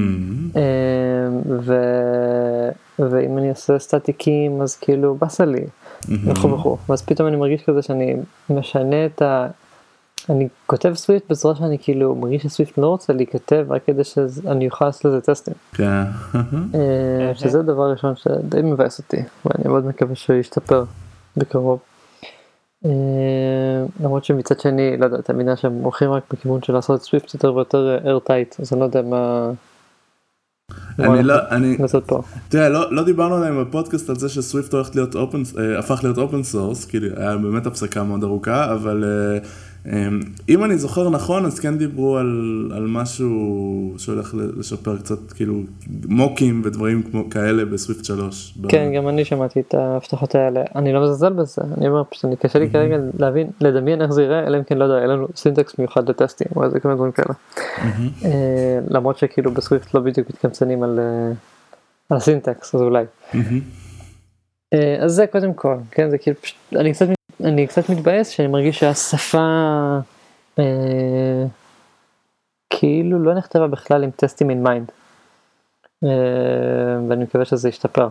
ואם אני עושה סטטיקים אז כאילו בסה לי, וכו'. ואז פתאום אני מרגיש כזה שאני משנה את אני כותב סוויפט בצורה שאני כאילו מרגיש שסוויפט לא רוצה להיכתב רק כדי שאני אוכל לעשות לזה טסטים. שזה דבר ראשון שדי מבאס אותי, ואני מאוד מקווה שהוא ישתפר בקרוב. למרות שמצד שני, לא יודע, אתה מבינה שהם הולכים רק בכיוון של לעשות סוויפט יותר ויותר airtight, אז אני לא יודע מה...
תראה, לא דיברנו עליהם בפודקאסט על זה שסוויפט הפך להיות אופן סורס, כאילו היה באמת הפסקה מאוד ארוכה, אבל אם אני זוכר נכון, אז כן דיברו על משהו שהולך לשפר קצת, כאילו מוקים ודברים כאלה בסוויפט 3.
כן, גם אני שמעתי את ההבטחות האלה, אני לא מזלזל בזה, אני אומר פשוט, אני קשה לי כרגע להבין, לדמיין איך זה יראה, אלא אם כן לא יודע, אין לנו סינטקס מיוחד לטסטים, או איזה כמה דברים כאלה. למרות שכאילו בסוויפט לא בדיוק מתקמצנים על הסינטקס, אז אולי. אז זה קודם כל, כן, זה כאילו פשוט, אני קצת מתבאס שאני מרגיש שהשפה כאילו לא נכתבה בכלל עם טסטים in mind, ואני מקווה שזה ישתפר.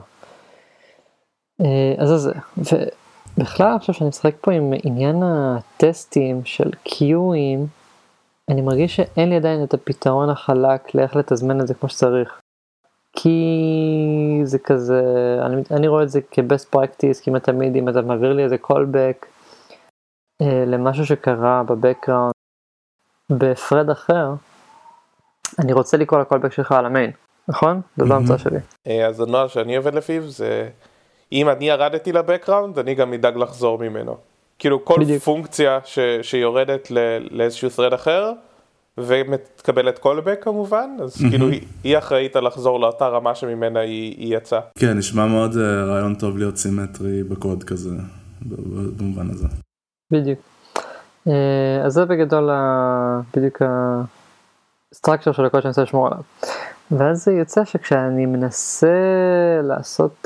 אז זה, ובכלל אני חושב שאני משחק פה עם עניין הטסטים של קיואים, אני מרגיש שאין לי עדיין את הפתרון החלק לאיך לתזמן את זה כמו שצריך. כי זה כזה, אני רואה את זה כ-best practice, כי תמיד אם אתה מעביר לי איזה callback למשהו שקרה בבקראונד בפרד אחר, אני רוצה לקרוא ל-callback שלך על המיין, נכון? זה לא המצאה שלי.
אז הנוהל שאני עובד לפיו זה, אם אני ירדתי לבקראונד, אני גם אדאג לחזור ממנו. כאילו כל פונקציה שיורדת לאיזשהו thread אחר, ומתקבלת callback כמובן, אז כאילו היא אחראית על לחזור לאותה רמה שממנה היא יצאה.
כן, נשמע מאוד רעיון טוב להיות סימטרי בקוד כזה, במובן הזה.
בדיוק. אז זה בגדול בדיוק structure של הקוד שאני רוצה לשמור עליו. ואז זה יוצא שכשאני מנסה לעשות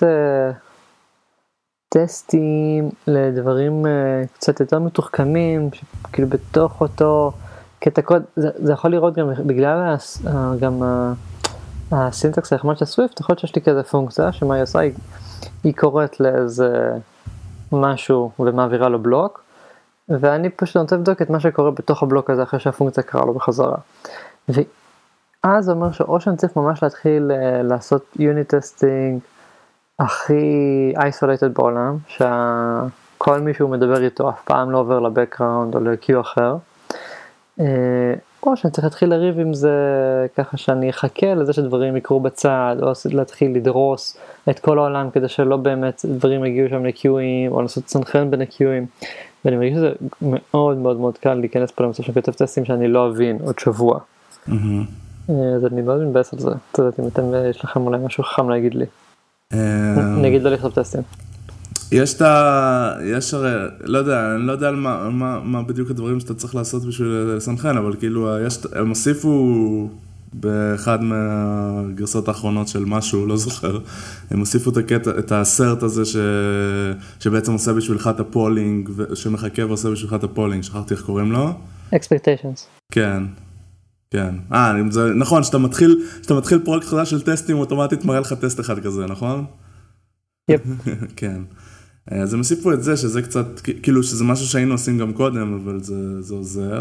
טסטים לדברים קצת יותר מתוחכמים, כאילו בתוך אותו קטע קוד, זה יכול לראות גם בגלל גם הסינטקס היחמד של סוויפט, יכול להיות שיש לי כזה פונקציה שמה היא עושה, היא קוראת לאיזה משהו ומעבירה לו בלוק, ואני פשוט רוצה לבדוק את מה שקורה בתוך הבלוק הזה אחרי שהפונקציה קרה לו בחזרה. ואז זה אומר שאו שאני צריך ממש להתחיל לעשות יוניט טסטינג הכי isolated בעולם, שכל מישהו מדבר איתו אף פעם לא עובר לבקראונד או ל-Q אחר, או שאני צריך להתחיל לריב עם זה ככה שאני אחכה לזה שדברים יקרו בצד, או להתחיל לדרוס את כל העולם כדי שלא באמת דברים יגיעו שם ל-Q'ים, או לעשות סנכרן בין ה-Q'ים, ואני מרגיש שזה מאוד מאוד מאוד קל להיכנס פה למצב שאני כותב טסטים שאני לא אבין עוד שבוע. אז אני מאוד מתבאס על זה, אתה יודעת אם יש לכם אולי משהו חכם להגיד לי. נגיד לא לכתוב טסטים.
יש לא יודע, אני לא יודע על מה בדיוק הדברים שאתה צריך לעשות בשביל לסנכרן, אבל כאילו, הם הוסיפו באחד מהגרסות האחרונות של משהו, לא זוכר, הם הוסיפו את הסרט הזה שבעצם עושה בשבילך את הפולינג, שמחכה ועושה בשבילך את הפולינג, שכחתי איך קוראים לו?
Expectations.
כן. כן, זה נכון, שאתה מתחיל פרויקט חדש של טסטים, אוטומטית מראה לך טסט אחד כזה, נכון?
יפ.
כן. אז הם הוסיפו את זה, שזה קצת, כאילו שזה משהו שהיינו עושים גם קודם, אבל זה עוזר.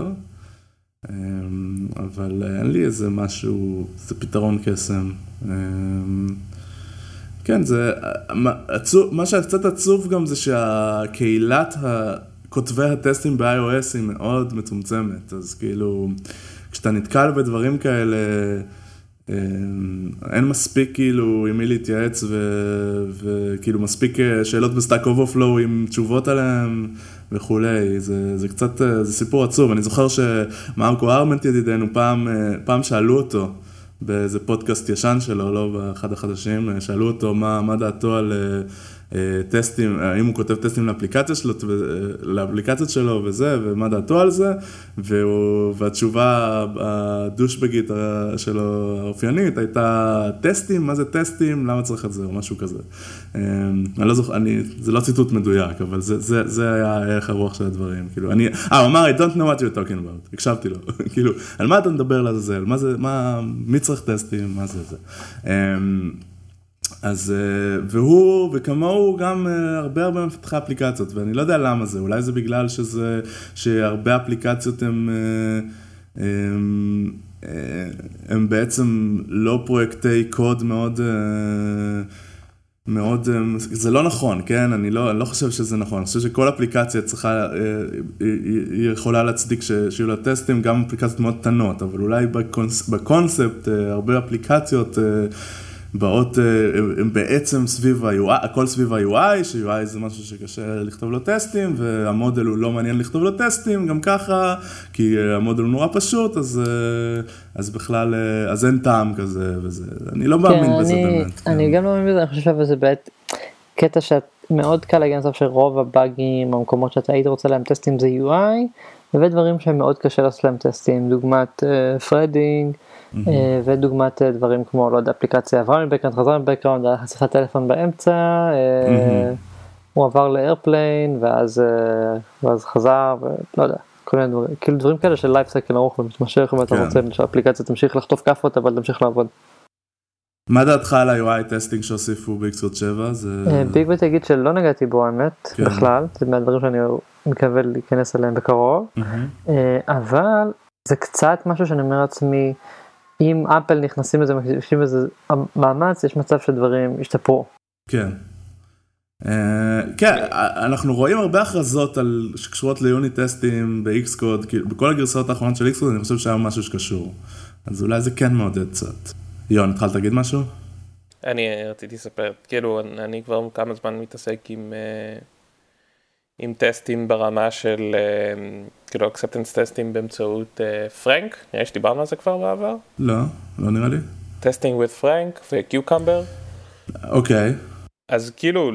אבל אין לי איזה משהו, זה פתרון קסם. כן, מה שקצת עצוב גם זה שהקהילת כותבי הטסטים ב-iOS היא מאוד מצומצמת, אז כאילו, כשאתה נתקל בדברים כאלה, אין מספיק כאילו עם מי להתייעץ וכאילו מספיק שאלות בסטאק אוברפלואו עם תשובות עליהם וכולי, זה קצת, זה סיפור עצוב. אני זוכר שמרקו ארמנט ידידנו פעם שאלו אותו באיזה פודקאסט ישן שלו, לא באחד החדשים, שאלו אותו מה דעתו על טסטים, האם הוא כותב טסטים לאפליקציות שלו וזה, ומה דעתו על זה, והתשובה הדושבגית שלו האופיינית הייתה טסטים, מה זה טסטים, למה צריך את זה, או משהו כזה. אני לא זוכר, זה לא ציטוט מדויק, אבל זה היה הערך הרוח של הדברים. כאילו, הוא אמר, I don't know what you're talking about, הקשבתי לו, כאילו, על מה אתה מדבר לעזאזל, מי צריך טסטים, מה זה. אז, וכמוהו גם הרבה מפתחי אפליקציות, ואני לא יודע למה זה, אולי זה בגלל שהרבה אפליקציות הם בעצם לא פרויקטי קוד מאוד, זה לא נכון, כן? אני לא חושב שזה נכון, אני חושב שכל אפליקציה היא יכולה להצדיק שיהיו לה טסטים, גם אפליקציות מאוד קטנות, אבל אולי בקונספט הרבה אפליקציות באות הם בעצם סביב ה-UI, הכל סביב ה-UI, ש-UI זה משהו שקשה לכתוב לו טסטים, והמודל הוא לא מעניין לכתוב לו טסטים, גם ככה, כי המודל הוא נורא פשוט, אז בכלל, אז אין טעם כזה, וזה, אני לא מאמין בזה באמת.
אני גם לא מאמין בזה, אני חושב שזה באמת קטע שמאוד קל להגיע לסוף שרוב הבאגים, המקומות שאתה היית רוצה להם טסטים זה UI, ודברים שהם מאוד קשה לעשות להם טסטים, דוגמת פרדינג, ודוגמת דברים כמו, לא יודע, אפליקציה עברה מבקראונד, חזרה מבקראונד, שיחת טלפון באמצע, הוא עבר לאיירפליין, ואז חזר, ולא יודע, כל מיני דברים, כאילו דברים כאלה של לייף סייקל ארוך ומתמשך, ואתה רוצה שהאפליקציה תמשיך לחטוף כפות, אבל תמשיך לעבוד.
מה דעתך על ה-UI טסטינג שהוסיפו ב-Xcode 7?
ביגבט יגיד שלא נגעתי בו האמת, בכלל, זה מהדברים שאני מקווה להיכנס אליהם בקרוב, אבל זה קצת משהו שאני אומר לעצמי, אם אפל נכנסים לזה, מקשיבים לזה מאמץ, יש מצב שדברים ישתפרו.
כן. כן, אנחנו רואים הרבה הכרזות שקשורות ליוניט טסטים ב-Xcode, בכל הגרסאות האחרונות של Xcode אני חושב שהיה משהו שקשור. אז אולי זה כן מעודד קצת. יון, התחלת להגיד משהו?
אני רציתי לספר, כאילו אני כבר כמה זמן מתעסק עם טסטים ברמה של כאילו acceptance טסטים באמצעות פרנק, יש דיברנו על זה כבר בעבר?
לא נראה לי.
טסטינג with פרנק וקיוקמבר.
אוקיי.
אז כאילו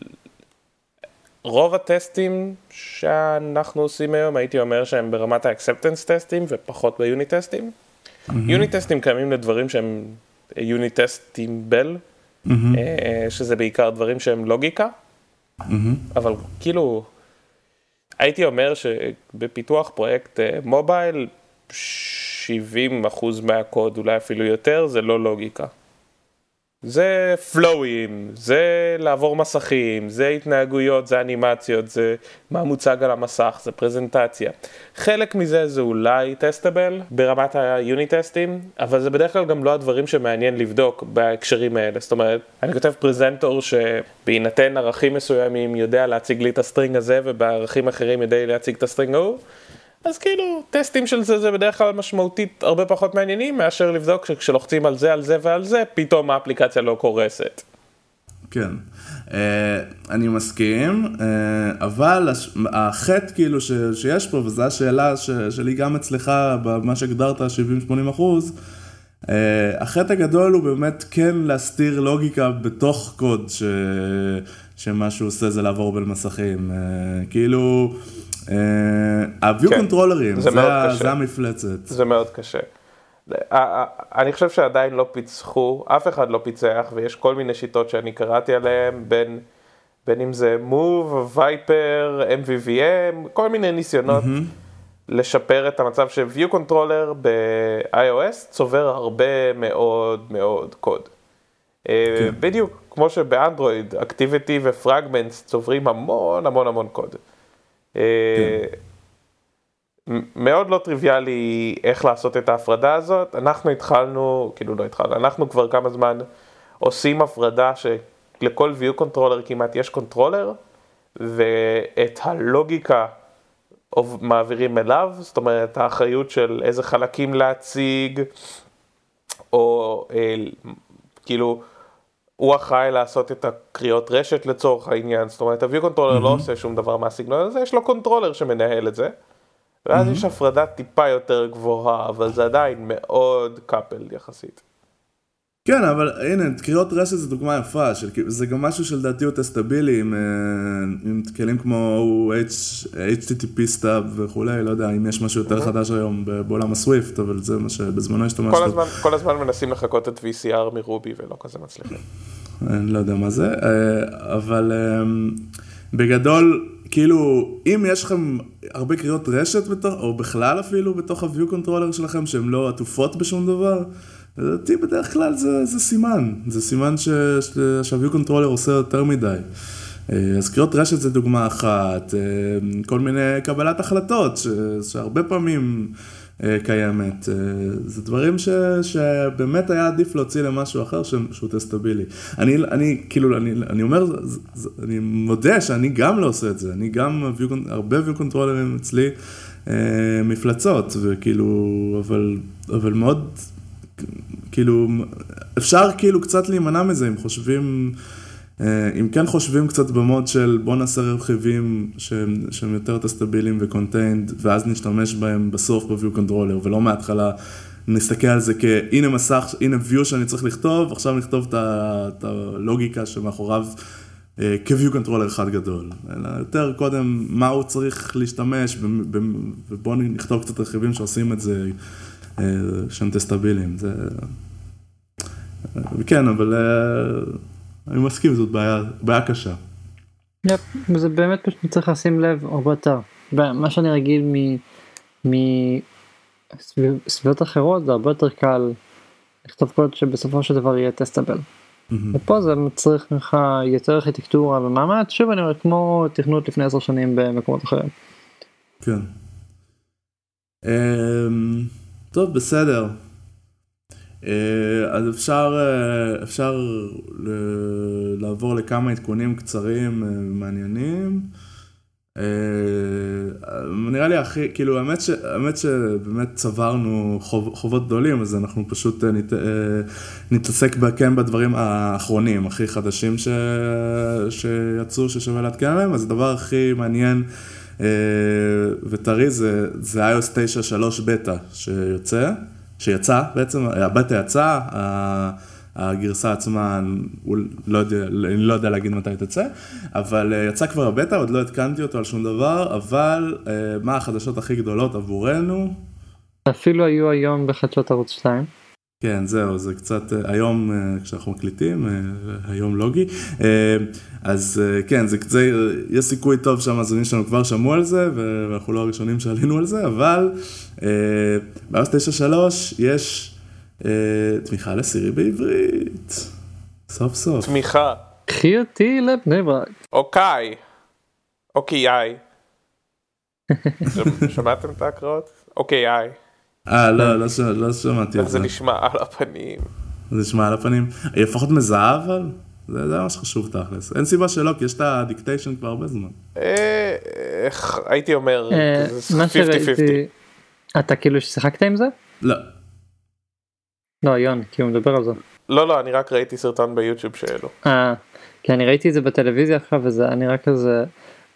רוב הטסטים שאנחנו עושים היום הייתי אומר שהם ברמת ה-acceptance טסטים ופחות ביוניט טסטים. יוניט טסטים קיימים לדברים שהם יוניט טסטים בל, שזה בעיקר דברים שהם לוגיקה, אבל כאילו, הייתי אומר שבפיתוח פרויקט מובייל, 70% מהקוד, אולי אפילו יותר, זה לא לוגיקה. זה פלואים, זה לעבור מסכים, זה התנהגויות, זה אנימציות, זה מה מוצג על המסך, זה פרזנטציה. חלק מזה זה אולי טסטבל ברמת היוניט טסטים, אבל זה בדרך כלל גם לא הדברים שמעניין לבדוק בהקשרים האלה. זאת אומרת, אני כותב פרזנטור שבהינתן ערכים מסוימים יודע להציג לי את הסטרינג הזה, ובערכים אחרים יודע להציג את הסטרינג ההוא. אז כאילו, טסטים של זה בדרך כלל משמעותית הרבה פחות מעניינים, מאשר לבדוק שכשלוחצים על זה, על זה ועל זה, פתאום האפליקציה לא קורסת.
כן, אני מסכים, אבל החטא כאילו שיש פה, וזו השאלה שלי גם אצלך, במה שהגדרת 70-80%, החטא הגדול הוא באמת כן להסתיר לוגיקה בתוך קוד, שמה שהוא עושה זה לעבור בין מסכים, כאילו... הוויו קונטרולרים, זה המפלצת.
זה מאוד קשה. אני חושב שעדיין לא פיצחו, אף אחד לא פיצח, ויש כל מיני שיטות שאני קראתי עליהן, בין אם זה Move, Viper, MVVM, כל מיני ניסיונות לשפר את המצב ש-View Controller ב-iOS צובר הרבה מאוד מאוד קוד. בדיוק, כמו שבאנדרואיד, Activity ו-Fragments צוברים המון המון המון קוד. מאוד לא טריוויאלי איך לעשות את ההפרדה הזאת. אנחנו התחלנו, כאילו לא התחלנו, אנחנו כבר כמה זמן עושים הפרדה שלכל view controller כמעט יש קונטרולר, ואת הלוגיקה מעבירים אליו, זאת אומרת האחריות של איזה חלקים להציג, או כאילו הוא אחראי לעשות את הקריאות רשת לצורך העניין, זאת אומרת, ה-View Controller לא עושה שום דבר מהסגנון הזה, יש לו קונטרולר שמנהל את זה, ואז יש הפרדה טיפה יותר גבוהה, אבל זה עדיין מאוד קאפל יחסית.
כן, אבל הנה, קריאות רשת זה דוגמה יפה, זה גם משהו שלדעתי הוא טסטבילי, עם כלים כמו HTTP סטאב וכולי, לא יודע אם יש משהו יותר חדש היום בעולם הסוויפט, אבל זה מה שבזמנו השתמשת.
כל הזמן מנסים לחכות את VCR מרובי ולא כזה מצליחים.
אני לא יודע מה זה, אבל בגדול, כאילו, אם יש לכם הרבה קריאות רשת, או בכלל אפילו בתוך ה-View Controller שלכם, שהן לא עטופות בשום דבר, לדעתי בדרך כלל זה סימן, זה סימן שה-View Controller עושה יותר מדי. אז קריאות רשת זה דוגמה אחת, כל מיני קבלת החלטות שהרבה פעמים קיימת, זה דברים שבאמת היה עדיף להוציא למשהו אחר שהוא טסטבילי. אני אומר, אני מודה שאני גם לא עושה את זה, אני גם הרבה View Controller'ים אצלי מפלצות, וכאילו, אבל מאוד... כאילו, אפשר כאילו קצת להימנע מזה, אם כן חושבים קצת במוד של בוא נעשה רכיבים שהם יותר טסטביליים וקונטיינד, ואז נשתמש בהם בסוף ב-View Controller, ולא מההתחלה נסתכל על זה כהנה מסך, הנה view שאני צריך לכתוב, עכשיו נכתוב את הלוגיקה שמאחוריו כ-View Controller אחד גדול. אלא יותר קודם מה הוא צריך להשתמש, ובוא נכתוב קצת רכיבים שעושים את זה, שהם טסטביליים, זה... וכן, אבל אני מסכים, זאת בעיה קשה.
זה באמת פשוט צריך לשים לב הרבה יותר. מה שאני רגיל מסביבות אחרות, זה הרבה יותר קל לכתוב קוד שבסופו של דבר יהיה טסטבל. ופה זה מצריך ממך יותר ארכיטקטורה ומאמץ, שוב אני אומר, כמו תכנות לפני 10 שנים במקומות אחרים.
כן. טוב, בסדר. אז אפשר לעבור לכמה עדכונים קצרים מעניינים. נראה לי כאילו האמת שבאמת צברנו חובות גדולים, אז אנחנו פשוט נתעסק כן בדברים האחרונים, הכי חדשים שיצאו, ששווה להתקן עליהם. אז הדבר הכי מעניין וטרי זה iOS 9.3 בטא שיצא בעצם, הבטא יצא, הגרסה עצמה, אני לא יודע להגיד מתי תצא, אבל יצא כבר הבטא, עוד לא התקנתי אותו על שום דבר, אבל מה החדשות הכי גדולות עבורנו?
אפילו היו היום בחדשות ערוץ 2.
כן, זהו, זה קצת, היום כשאנחנו מקליטים, היום לוגי, אז כן, יש סיכוי טוב שהמאזינים שלנו כבר שמעו על זה, ואנחנו לא הראשונים שעלינו על זה, אבל ב-iOS 9.3 יש תמיכה לסירי בעברית, סוף סוף.
תמיכה.
קחי אותי לבני ברק.
אוקיי, שמעתם את ההקראות? אוקיי.
לא שמעתי את זה.
זה נשמע על הפנים.
זה נשמע על הפנים. היא לפחות מזהה, אבל זה ממש חשוב תכלס. אין סיבה שלא, כי יש את הדיקטיישן כבר הרבה זמן.
הייתי אומר, 50-50.
אתה כאילו ששיחקת עם זה?
לא.
לא, יון, כי הוא מדבר על זה.
לא, אני רק ראיתי סרטון ביוטיוב שאלו.
כי אני ראיתי את זה בטלוויזיה עכשיו, וזה נראה כזה,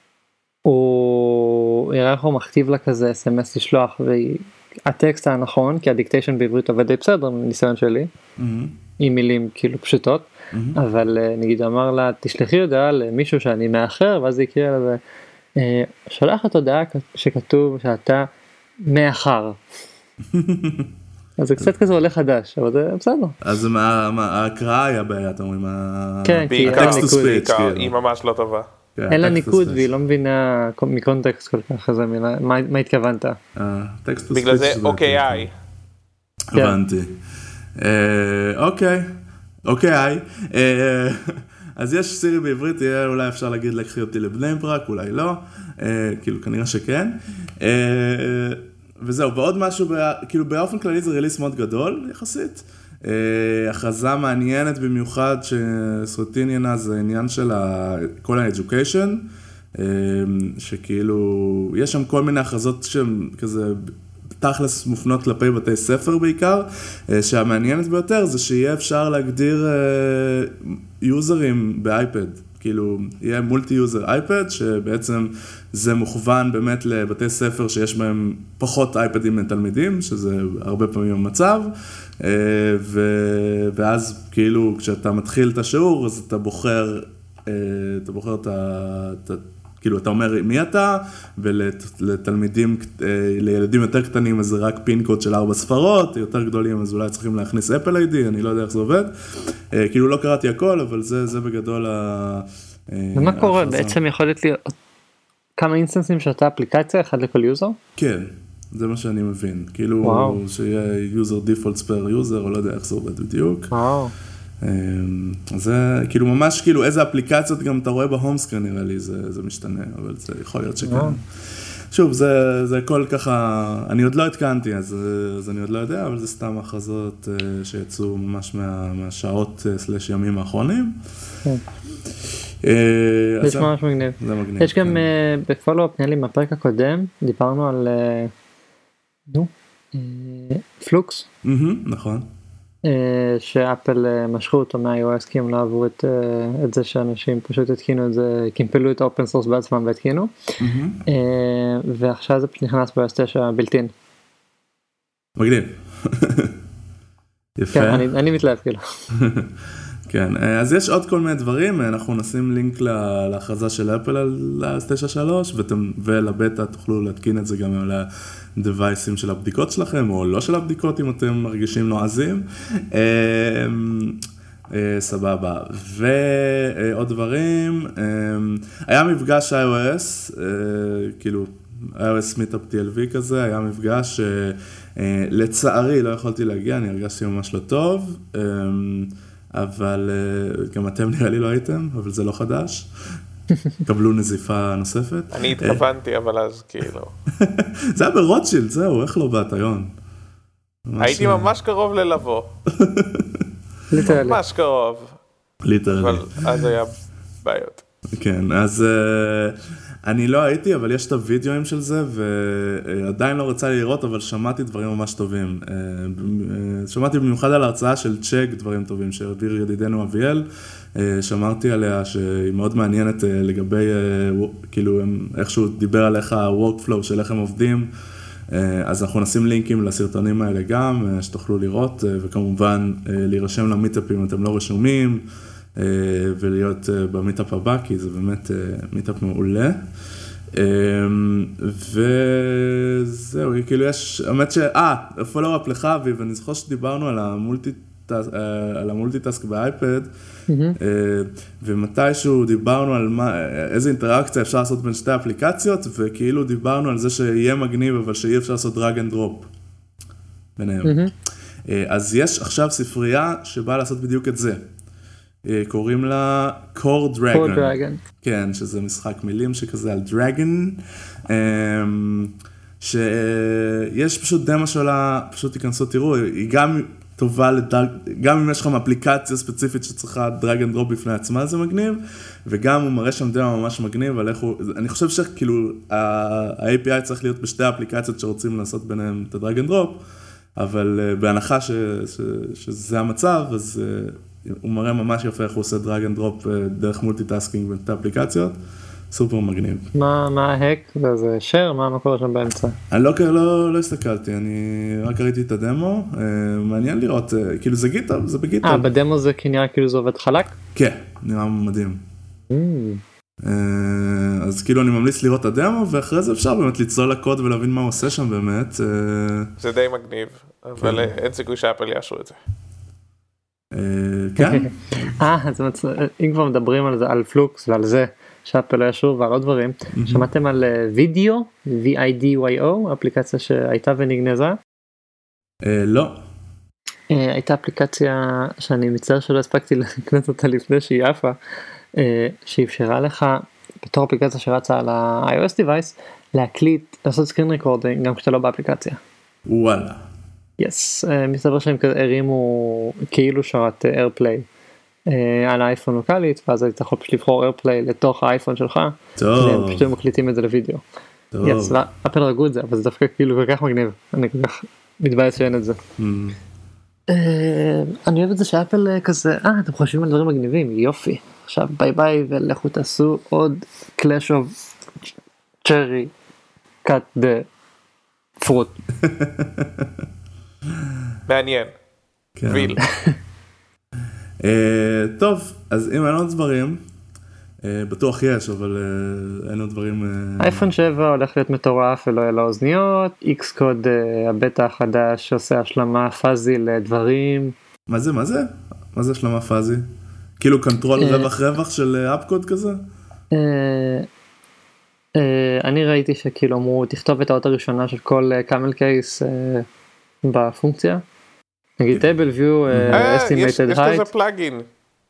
הוא יראה איך הוא מכתיב לה כזה SMS לשלוח, והטקסט הנכון, כי הדיקטיישן בעברית עובד די בסדר, מניסיון שלי, עם מילים כאילו פשוטות, אבל נגיד אמר לה, תשלחי הודעה למישהו שאני מאחר, ואז זה יקרה לזה, שלחת הודעה שכתוב שאתה מאחר. אז זה קצת כזה עולה חדש, אבל זה בסדר.
אז ההקראה היה בעיה, אתם אומרים,
כן, כי
היא ממש לא טובה.
אין לה ניקוד והיא לא מבינה מקונטקסט כל כך, אז מה התכוונת?
בגלל זה אוקיי.
הבנתי. אוקיי. אז יש סירי בעברית, אולי אפשר להגיד לקחי אותי לבני ברק, אולי לא, כאילו כנראה שכן. וזהו, ועוד משהו, כאילו באופן כללי זה ריליס מאוד גדול יחסית. הכרזה מעניינת במיוחד שסרוטיניאנה זה עניין של כל ה-education, שכאילו יש שם כל מיני הכרזות שהן כזה תכלס מופנות כלפי בתי ספר בעיקר, שהמעניינת ביותר זה שיהיה אפשר להגדיר יוזרים באייפד, כאילו יהיה מולטי יוזר אייפד, שבעצם זה מוכוון באמת לבתי ספר שיש בהם פחות אייפדים לתלמידים, שזה הרבה פעמים המצב, ואז כאילו כשאתה מתחיל את השיעור, אז אתה בוחר כאילו אתה אומר מי אתה, ולתלמידים, לילדים יותר קטנים, אז זה רק פין קוד של 4 ספרות, יותר גדולים, אז אולי צריכים להכניס אפל איי-די, אני לא יודע איך זה עובד. כאילו לא קראתי הכל, אבל זה בגדול
ומה קורה? בעצם יכול להיות לי כמה אינסטנסים שאתה אפליקציה, אחד לכל יוזר?
כן, זה מה שאני מבין. כאילו שיהיה יוזר דיפולט ספר יוזר, או לא יודע איך זה עובד בדיוק. זה כאילו ממש כאילו איזה אפליקציות גם אתה רואה בהום סקרין נראה לי, זה משתנה, אבל זה יכול להיות שכן. שוב, זה הכל ככה, אני עוד לא התקנתי, אז אני עוד לא יודע, אבל זה סתם הכרזות שיצאו ממש מהשעות סלש ימים האחרונים.
זה ממש מגניב. יש גם בפולו-אפ, נראה לי מהפרק הקודם, דיברנו על פלוקס.
נכון.
שאפל משכו אותו מה-iOS כי הם לא עברו את זה שאנשים פשוט התקינו את זה, קימפלו את האופן סורס בעצמם והתקינו, ועכשיו זה נכנס ב-iOS 9 בלתין.
מגניב. יפה.
כן, אני מתלהב כאילו.
כן, אז יש עוד כל מיני דברים, אנחנו נשים לינק להכרזה של אפל על iOS 9.3, ולבטא תוכלו להתקין את זה גם על הדווייסים של הבדיקות שלכם, או לא של הבדיקות אם אתם מרגישים נועזים. סבבה. ועוד דברים, היה מפגש iOS, כאילו iOS Meetup TLV כזה, היה מפגש לצערי לא יכולתי להגיע, אני הרגשתי ממש לא טוב, אבל גם אתם נראה לי לא הייתם, אבל זה לא חדש. קבלו נזיפה נוספת.
אני התכוונתי, אבל אז כאילו.
זה היה ברוטשילד, זהו, איך לא באת, יון?
הייתי ממש קרוב ללבוא. ממש קרוב.
ליטרלי.
אבל אז היה בעיות.
כן, אז אני לא הייתי, אבל יש את הוידאוים של זה, ועדיין לא רצה לראות, אבל שמעתי דברים ממש טובים. שמעתי במיוחד על ההרצאה של צ'ק, דברים טובים, שהעביר ידידנו אביאל, שמרתי עליה שהיא מאוד מעניינת לגבי, כאילו, איך שהוא דיבר על איך ה-workflow של איך הם עובדים, אז אנחנו נשים לינקים לסרטונים האלה גם, שתוכלו לראות, וכמובן להירשם למיטאפ אם אתם לא רשומים, ולהיות במיטאפ הבא, כי זה באמת מיטאפ מעולה. וזהו, כאילו יש, האמת פולו-אפ לך אביב, אני זוכר שדיברנו על המולטיטאסק באייפד, ומתישהו דיברנו על איזה אינטראקציה אפשר לעשות בין שתי אפליקציות, וכאילו דיברנו על זה שיהיה מגניב, אבל שאי אפשר לעשות דרג אנד דרופ ביניהם. אז יש עכשיו ספרייה שבאה לעשות בדיוק את זה. קוראים לה Core Dragon. כן, שזה משחק מילים שכזה על דרגן. שיש פשוט דמה שלה, פשוט תיכנסו, תראו, היא גם טובה גם אם יש לכם אפליקציה ספציפית שצריכה דרג אנד דרופ בפני עצמה, זה מגניב, וגם הוא מראה שם דמה ממש מגניב, על איך הוא, אני חושב שכאילו, ה-API צריך להיות בשתי האפליקציות שרוצים לעשות ביניהם את הדרג אנד דרופ, אבל בהנחה שזה המצב, אז הוא מראה ממש יפה איך הוא עושה דרג אנד דרופ דרך מולטיטאסקינג בין שתי אפליקציות, סופר מגניב.
מה ההק? זה share? מה קורה שם באמצע?
אני לא הסתכלתי, אני רק ראיתי את הדמו, מעניין לראות, כאילו זה גיטאב, זה בגיטאב.
בדמו זה נראה כאילו זה עובד חלק?
כן, נראה מדהים. אז כאילו אני ממליץ לראות את הדמו, ואחרי זה אפשר באמת לצלול לקוד ולהבין מה הוא עושה שם באמת.
זה די מגניב, אבל אין סיכוי שאפל יאשרו את זה.
כן.
אם כבר מדברים על זה, על פלוקס ועל זה, שאפל לא יאשרו ועל עוד דברים, שמעתם על וידאו, V-I-D-Y-O, אפליקציה שהייתה ונגנזה?
לא.
הייתה אפליקציה שאני מצטער שלא הספקתי לקנות אותה לפני שהיא יפה, שאפשרה לך בתור אפליקציה שרצה על ה-iOS device להקליט, לעשות סקרין ריקורדינג גם כשאתה לא באפליקציה.
וואלה.
יס, מסתבר שהם הרימו כאילו שרת איירפליי על האייפון לוקלית, ואז אתה יכול פשוט לבחור איירפליי לתוך האייפון שלך, והם פשוט מקליטים את זה לוידאו. יס, אפל רגעו את זה, אבל זה דווקא כאילו כל כך מגניב, אני כל כך מתבאס שאין את זה. אני אוהב את זה שאפל כזה, אתם חושבים על דברים מגניבים, יופי, עכשיו ביי ביי ולכו תעשו עוד Clash of Cherry Cut the Fruit.
מעניין. ויל.
טוב, אז אם אין עוד דברים, בטוח יש, אבל אין עוד דברים.
אייפון 7 הולך להיות מטורף ולא יהיה לו אוזניות, Xcode הבטא החדש שעושה השלמה פאזי לדברים.
מה זה? מה זה השלמה פאזי? כאילו קונטרול רווח של אפקוד כזה?
אני ראיתי שכאילו אמרו תכתוב את האות הראשונה של כל קאמל קייס בפונקציה. נגיד table view estimated height.
יש כזה פלאגין.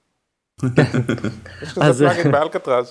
יש כזה פלאגין באלקטרז.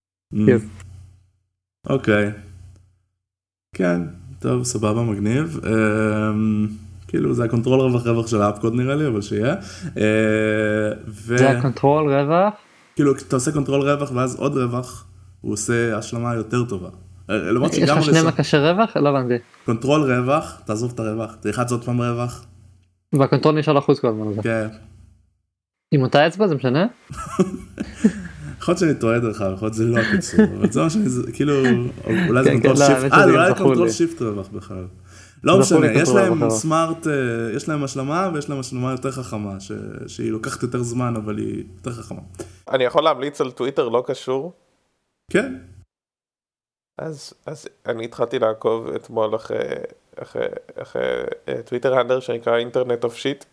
אוקיי. כן, טוב, סבבה, מגניב. כאילו זה הקונטרול רווח של האפקוד נראה לי, אבל שיהיה.
זה הקונטרול רווח?
כאילו אתה עושה קונטרול רווח ואז עוד רווח, הוא עושה השלמה יותר טובה.
יש לך שני מקשי רווח? לא הבנתי.
קונטרול רווח, תעזוב את הרווח, תלחץ עוד פעם רווח.
והקונטרול נשאר לחוץ כל הזמן הזה.
כן.
עם אותה אצבע זה משנה?
יכול להיות שאני טועה דרך, יכול להיות זה לא הקיצור, אבל זה מה שאני, כאילו, אולי זה קונטרול שיפט, אולי קונטרול שיפט רווח בכלל. לא משנה, יש להם סמארט, יש להם השלמה ויש להם השלמה יותר חכמה, שהיא לוקחת יותר זמן, אבל היא יותר חכמה.
אני יכול להמליץ על טוויטר לא קשור?
כן.
אז אני התחלתי לעקוב אתמול אחרי טוויטר הנדר שנקרא אינטרנט אוף שיט.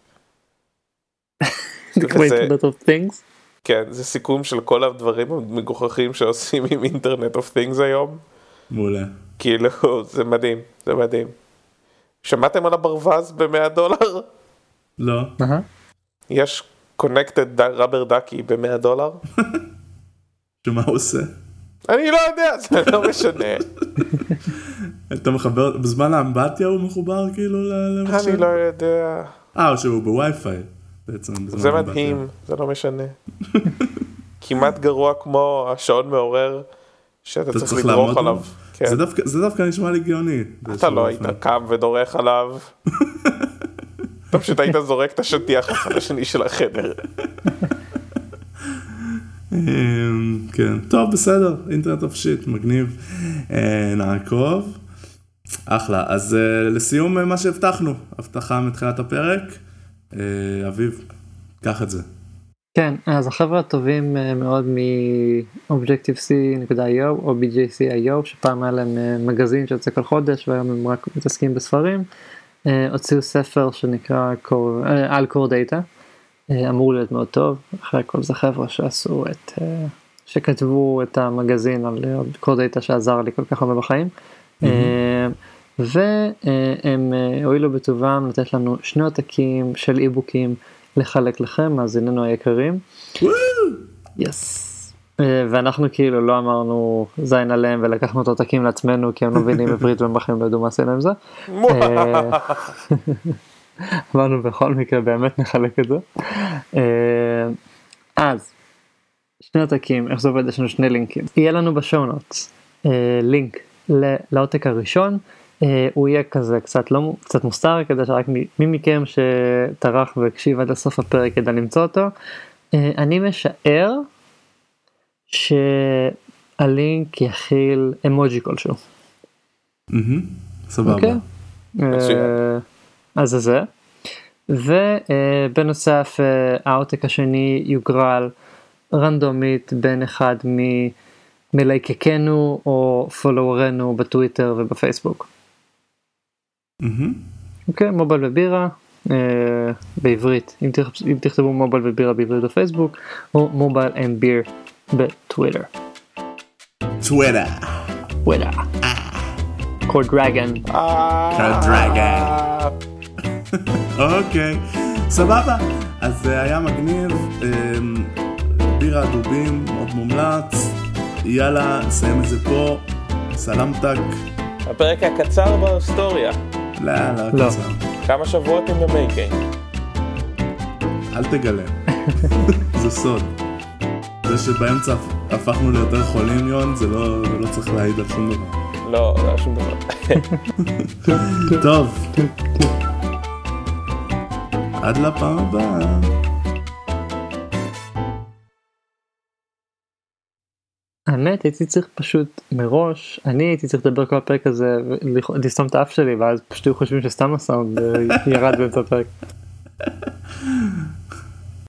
אינטרנט אוף things?
כן, זה סיכום של כל הדברים המגוחכים שעושים עם אינטרנט אוף things היום.
מעולה.
כאילו, זה מדהים, זה מדהים. שמעתם על הברווז ב$100?
לא.
יש connected rubber ducky ב$100?
שמה הוא עושה?
אני לא יודע, זה לא משנה.
אתה מחבר, בזמן האמבטיה הוא מחובר כאילו למחשב?
אני לא יודע.
או שהוא בווי-פיי בעצם.
זה מדהים, זה לא משנה. כמעט גרוע כמו השעון מעורר שאתה צריך לדרוך עליו.
זה דווקא נשמע לי גאוני.
אתה לא היית קם ודורך עליו. אתה פשוט היית זורק את השטיח אחד השני של החדר.
כן, טוב, בסדר, אינטרנט אוף שיט, מגניב, נעקוב, אחלה. אז לסיום מה שהבטחנו, הבטחה מתחילת הפרק, אביב, קח את זה.
כן, אז החבר'ה הטובים מאוד מ-Objective-C.io או BJC.io, שפעם היה להם מגזין שיוצא כל חודש והיום הם רק מתעסקים בספרים, הוציאו ספר שנקרא על Core Data, אמור להיות מאוד טוב, אחרי כל זה חבר'ה שעשו שכתבו את המגזין על Core Data שעזר לי כל כך הרבה בחיים, והם הועילו בטובם לתת לנו 2 עותקים של איבוקים לחלק לכם, מאזיננו היקרים. יס. ואנחנו כאילו לא אמרנו זין עליהם ולקחנו את עותקים לעצמנו, כי הם לא מבינים עברית והם בחיים לא ידעו מה עשינו עם זה. אמרנו בכל מקרה באמת נחלק את זה. אז 2 עותקים, איך זה עובד? יש לנו 2 לינקים. יהיה לנו בשואו נוטס לינק לעותק הראשון, הוא יהיה כזה קצת מוסתר, כדי שרק מי מכם שטרח והקשיב עד לסוף הפרק כדי למצוא אותו. אני משער שהלינק יכיל אמוג'י כלשהו.
סבבה.
אז זה. ובנוסף העותק השני יוגרל רנדומית בין אחד מלייקקנו או פולוורנו בטוויטר ובפייסבוק. אוקיי, מובייל ובירה בעברית, אם תכתבו מובייל ובירה בעברית בפייסבוק, או מובייל אנד ביר בטוויטר.
טוויטר.
קור דרגן.
אוקיי, סבבה. אז זה היה מגניב, בירה דובים, מאוד מומלץ. יאללה, נסיים את זה פה. סלמתק.
הפרק הקצר בהיסטוריה.
לא קצר.
כמה שבועות in the making.
אל תגלה. זה סוד. זה שבאמצע הפכנו ליותר חולים, יון, זה לא צריך להעיד על שום דבר.
לא על שום דבר.
טוב. עד לפעם הבאה.
האמת, הייתי צריך פשוט מראש, אני הייתי צריך לדבר כל הפרק הזה, לסתום את האף שלי, ואז פשוט היו חושבים שסתם הסאונד ירד באמצע הפרק.